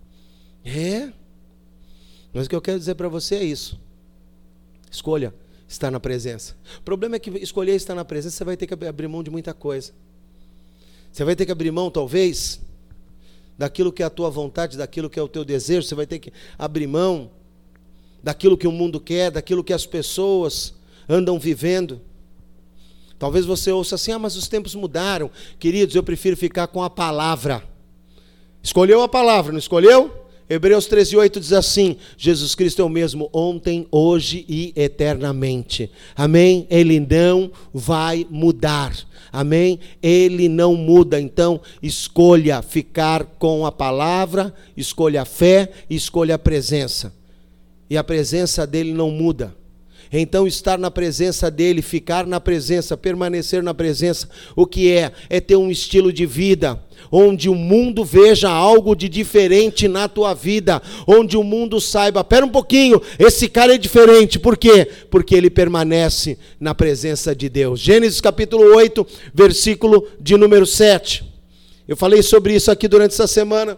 É. Mas o que eu quero dizer para você é isso. Escolha estar na presença. O problema é que escolher estar na presença, você vai ter que abrir mão de muita coisa. Você vai ter que abrir mão, talvez, daquilo que é a tua vontade, daquilo que é o teu desejo. Você vai ter que abrir mão daquilo que o mundo quer, daquilo que as pessoas andam vivendo. Talvez você ouça assim: ah, mas os tempos mudaram. Queridos, eu prefiro ficar com a palavra. Escolheu a palavra, não escolheu? Hebreus treze, oito diz assim: Jesus Cristo é o mesmo ontem, hoje e eternamente. Amém? Ele não vai mudar. Amém? Ele não muda. Então, escolha ficar com a palavra, escolha a fé, escolha a presença. E a presença dele não muda. Então, estar na presença dele, ficar na presença, permanecer na presença, o que é? É ter um estilo de vida, onde o mundo veja algo de diferente na tua vida, onde o mundo saiba, pera um pouquinho, esse cara é diferente. Por quê? Porque ele permanece na presença de Deus. Gênesis capítulo oito, versículo de número sete. Eu falei sobre isso aqui durante essa semana.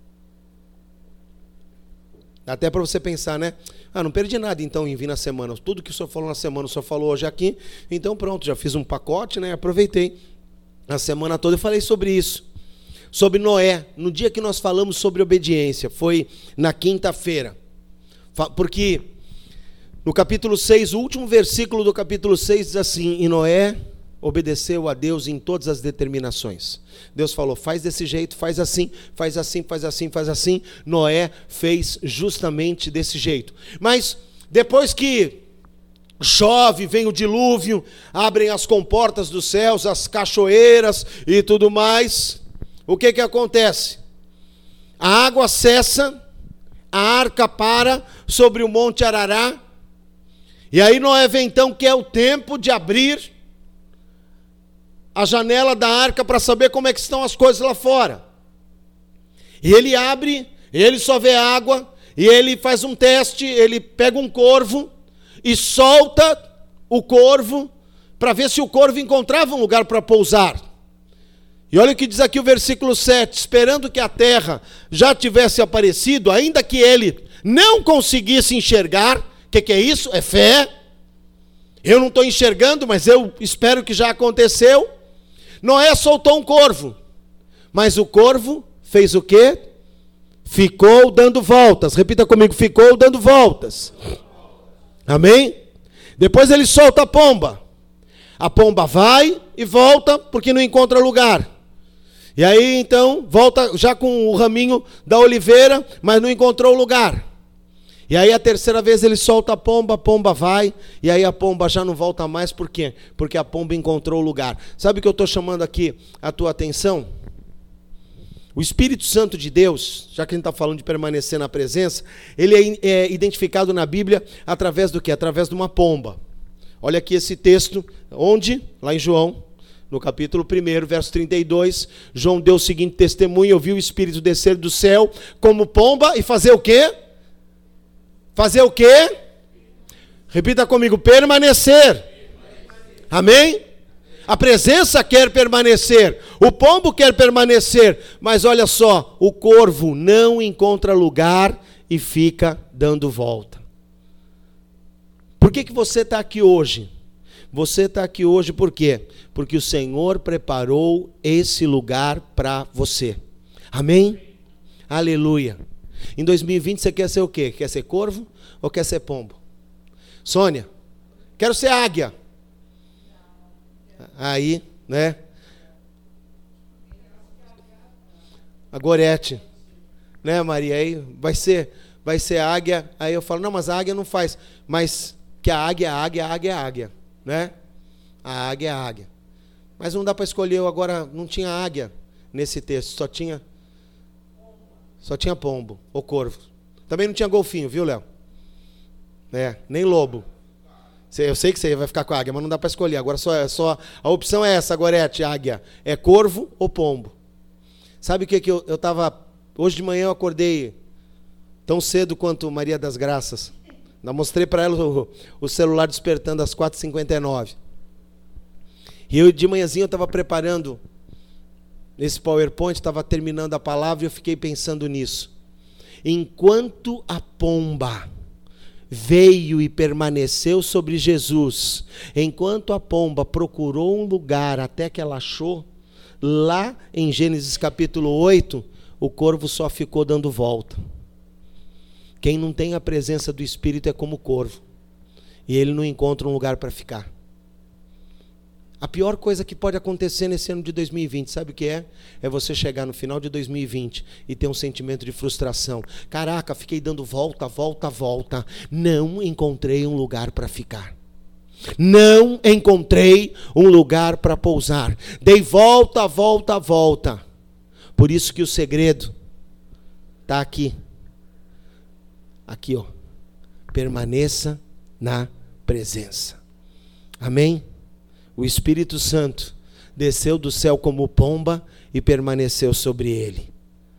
Até para você pensar, né? Ah, não perdi nada então em vir na semana. Tudo que o senhor falou na semana, o senhor falou hoje aqui. Então pronto, já fiz um pacote, né? Aproveitei a semana toda e falei sobre isso. Sobre Noé. No dia que nós falamos sobre obediência, foi na quinta-feira. Porque no capítulo seis, o último versículo do capítulo seis diz assim: e Noé obedeceu a Deus em todas as determinações. Deus falou: faz desse jeito, faz assim, faz assim, faz assim, faz assim. Noé fez justamente desse jeito. Mas depois que chove, vem o dilúvio, abrem as comportas dos céus, as cachoeiras e tudo mais, o que que acontece? A água cessa, a arca para sobre o monte Arará, e aí Noé vê então que é o tempo de abrir a janela da arca para saber como é que estão as coisas lá fora. E ele abre, ele só vê água, e ele faz um teste, ele pega um corvo e solta o corvo para ver se o corvo encontrava um lugar para pousar. E olha o que diz aqui o versículo sete: esperando que a terra já tivesse aparecido, ainda que ele não conseguisse enxergar. O que, que é isso? É fé. Eu não estou enxergando, mas eu espero que já aconteceu. Noé soltou um corvo, mas o corvo fez o quê? Ficou dando voltas. Repita comigo: ficou dando voltas. Amém? Depois ele solta a pomba. A pomba vai e volta porque não encontra lugar. E aí então volta já com o raminho da oliveira, mas não encontrou lugar. E aí a terceira vez ele solta a pomba, a pomba vai, e aí a pomba já não volta mais. Por quê? Porque a pomba encontrou o lugar. Sabe o que eu estou chamando aqui a tua atenção? O Espírito Santo de Deus, já que a gente está falando de permanecer na presença, ele é, é identificado na Bíblia através do quê? Através de uma pomba. Olha aqui esse texto, onde? Lá em João, no capítulo primeiro, verso trinta e dois, João deu o seguinte testemunho: eu vi o Espírito descer do céu como pomba e fazer o quê? Fazer o quê? Repita comigo, permanecer. Amém? A presença quer permanecer, o pombo quer permanecer, mas olha só, o corvo não encontra lugar e fica dando volta. Por que que você está aqui hoje? Você está aqui hoje por quê? Porque o Senhor preparou esse lugar para você. Amém? Aleluia. Em dois mil e vinte você quer ser o quê? Quer ser corvo ou quer ser pombo? Sônia, quero ser águia. Aí, né? A Gorete, né, Maria? Aí vai ser, vai ser águia. Aí eu falo, não, mas a águia não faz. Mas que a águia, a águia, a águia, a águia, né? A águia é a águia. Mas não dá para escolher. Eu agora não tinha águia nesse texto, só tinha, só tinha pombo ou corvo. Também não tinha golfinho, viu, Léo? É, nem lobo. Eu sei que você vai ficar com a águia, mas não dá para escolher. Agora só, só a opção é essa, Gorete, águia. É corvo ou pombo. Sabe o que, que eu estava... Hoje de manhã eu acordei tão cedo quanto Maria das Graças. Eu mostrei para ela o, o celular despertando às quatro e cinquenta e nove. E eu de manhãzinha eu estava preparando esse PowerPoint, estava terminando a palavra e eu fiquei pensando nisso. Enquanto a pomba veio e permaneceu sobre Jesus, enquanto a pomba procurou um lugar até que ela achou, lá em Gênesis capítulo oito, o corvo só ficou dando volta. Quem não tem a presença do Espírito é como o corvo, e ele não encontra um lugar para ficar. A pior coisa que pode acontecer nesse ano de dois mil e vinte, sabe o que é? É você chegar no final de dois mil e vinte e ter um sentimento de frustração. Caraca, fiquei dando volta, volta, volta. Não encontrei um lugar para ficar. Não encontrei um lugar para pousar. Dei volta, volta, volta. Por isso que o segredo está aqui. Aqui, ó. Permaneça na presença. Amém? O Espírito Santo desceu do céu como pomba e permaneceu sobre ele.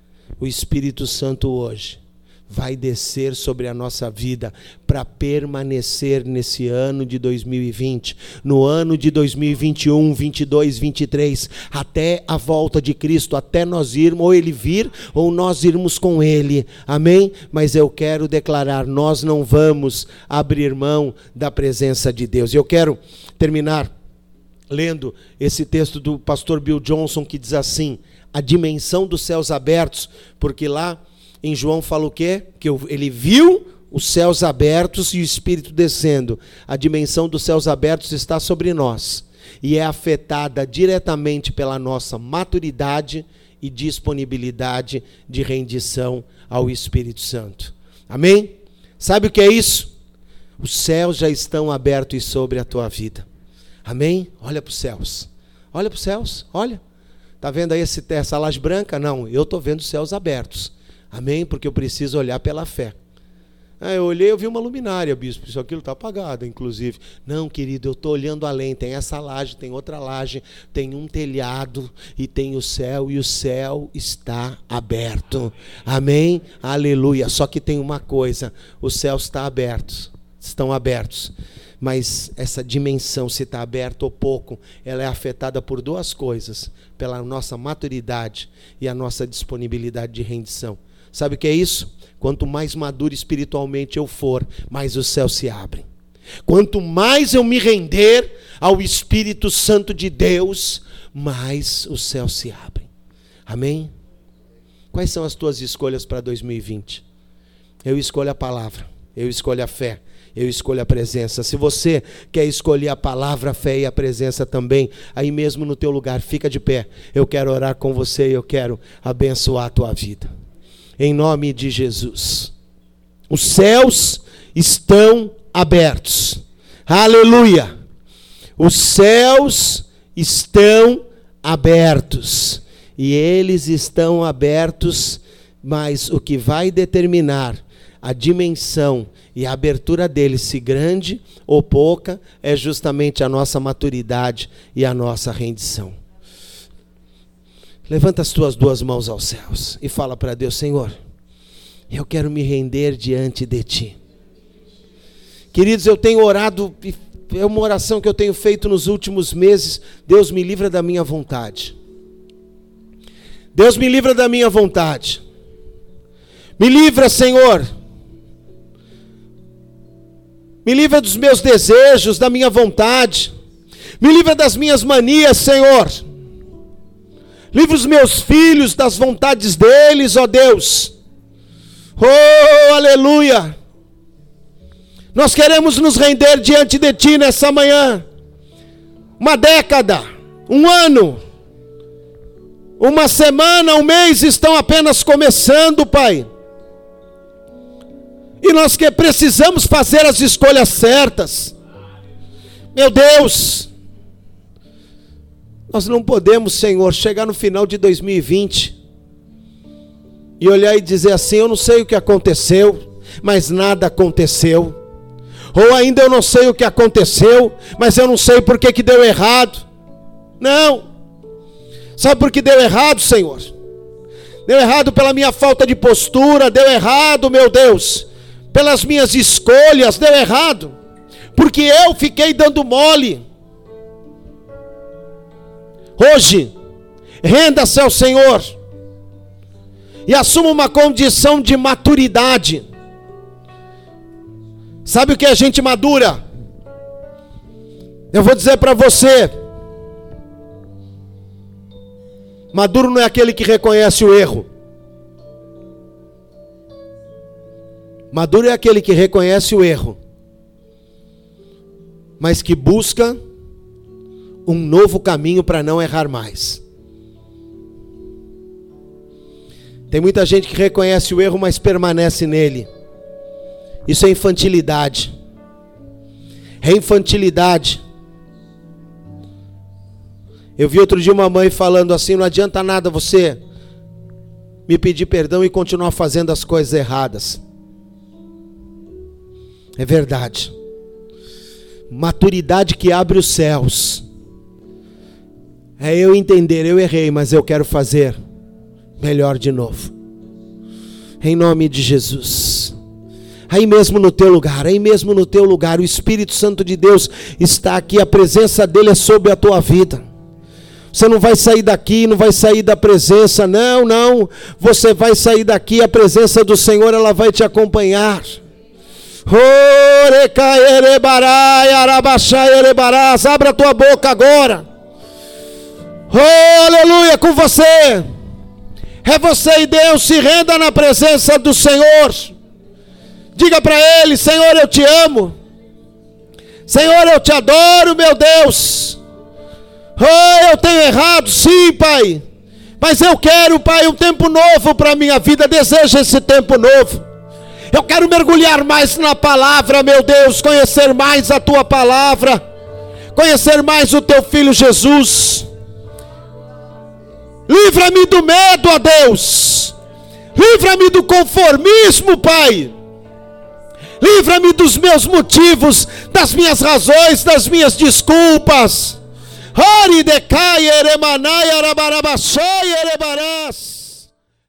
O Espírito Santo hoje vai descer sobre a nossa vida para permanecer nesse ano de dois mil e vinte, no ano de dois mil e vinte e um, vinte e dois, vinte e três, até a volta de Cristo, até nós irmos, ou ele vir, ou nós irmos com ele, amém? Mas eu quero declarar, nós não vamos abrir mão da presença de Deus. E eu quero terminar lendo esse texto do pastor Bill Johnson, que diz assim, a dimensão dos céus abertos, porque lá em João fala o quê? Que ele viu os céus abertos e o Espírito descendo. A dimensão dos céus abertos está sobre nós e é afetada diretamente pela nossa maturidade e disponibilidade de rendição ao Espírito Santo. Amém? Sabe o que é isso? Os céus já estão abertos sobre a tua vida. Amém? Olha para os céus. Olha para os céus, olha. Está vendo aí esse, essa laje branca? Não, eu estou vendo os céus abertos. Amém? Porque eu preciso olhar pela fé. Ah, eu olhei, eu vi uma luminária, bispo. Isso aquilo está apagado, inclusive. Não, querido, eu estou olhando além. Tem essa laje, tem outra laje, tem um telhado e tem o céu, e o céu está aberto. Amém? Aleluia. Só que tem uma coisa, os céus estão abertos, estão abertos. Mas essa dimensão, se está aberta ou pouco, ela é afetada por duas coisas, pela nossa maturidade e a nossa disponibilidade de rendição. Sabe o que é isso? Quanto mais maduro espiritualmente eu for, mais os céus se abrem. Quanto mais eu me render ao Espírito Santo de Deus, mais os céus se abrem. Amém? Quais são as tuas escolhas para dois mil e vinte? Eu escolho a palavra, eu escolho a fé. Eu escolho a presença. Se você quer escolher a palavra, a fé e a presença também, aí mesmo no teu lugar, fica de pé. Eu quero orar com você e eu quero abençoar a tua vida. Em nome de Jesus. Os céus estão abertos. Aleluia. Os céus estão abertos. e eles estão abertos, mas o que vai determinar a dimensão e a abertura deles, se grande ou pouca, é justamente a nossa maturidade e a nossa rendição. Levanta as tuas duas mãos aos céus e fala para Deus: Senhor, eu quero me render diante de Ti. Queridos, eu tenho orado, é uma oração que eu tenho feito nos últimos meses: Deus, me livra da minha vontade. Deus, me livra da minha vontade. Me livra, Senhor. Me livra dos meus desejos, da minha vontade. Me livra das minhas manias, Senhor. Livra os meus filhos das vontades deles, ó Deus. Oh, aleluia. Nós queremos nos render diante de Ti nessa manhã. Uma década, um ano, uma semana, um mês estão apenas começando, Pai. E nós que precisamos fazer as escolhas certas. Meu Deus, nós não podemos, Senhor, chegar no final de dois mil e vinte e olhar e dizer assim: eu não sei o que aconteceu, mas nada aconteceu. Ou ainda eu não sei o que aconteceu, mas eu não sei por que que deu errado. Não. Sabe por que deu errado, Senhor? Deu errado pela minha falta de postura, deu errado, meu Deus, pelas minhas escolhas, deu errado, porque eu fiquei dando mole. Hoje, renda-se ao Senhor e assuma uma condição de maturidade. Sabe o que é gente madura? Eu vou dizer para você: maduro não é aquele que reconhece o erro. Maduro é aquele que reconhece o erro, mas que busca um novo caminho para não errar mais. Tem muita gente que reconhece o erro, mas permanece nele. Isso é infantilidade. É infantilidade. Eu vi outro dia uma mãe falando assim: não adianta nada você me pedir perdão e continuar fazendo as coisas erradas. É verdade. Maturidade que abre os céus é eu entender: eu errei, mas eu quero fazer melhor de novo. Em nome de Jesus. Aí mesmo no teu lugar, aí mesmo no teu lugar, o Espírito Santo de Deus está aqui, a presença dele é sobre a tua vida. Você não vai sair daqui, não vai sair da presença, não, não. Você vai sair daqui, a presença do Senhor, ela vai te acompanhar. Abra a tua boca agora. Oh, aleluia, com você. É você e Deus, se renda na presença do Senhor. Diga para Ele: Senhor, eu te amo. Senhor, eu te adoro, meu Deus. Oh, eu tenho errado, sim, Pai. Mas eu quero, Pai, um tempo novo para a minha vida. Desejo esse tempo novo. Eu quero mergulhar mais na palavra, meu Deus. Conhecer mais a tua palavra. Conhecer mais o teu Filho Jesus. Livra-me do medo, ó Deus. Livra-me do conformismo, Pai. Livra-me dos meus motivos, das minhas razões, das minhas desculpas. Ori decai eremanai arabarabachai erebarás.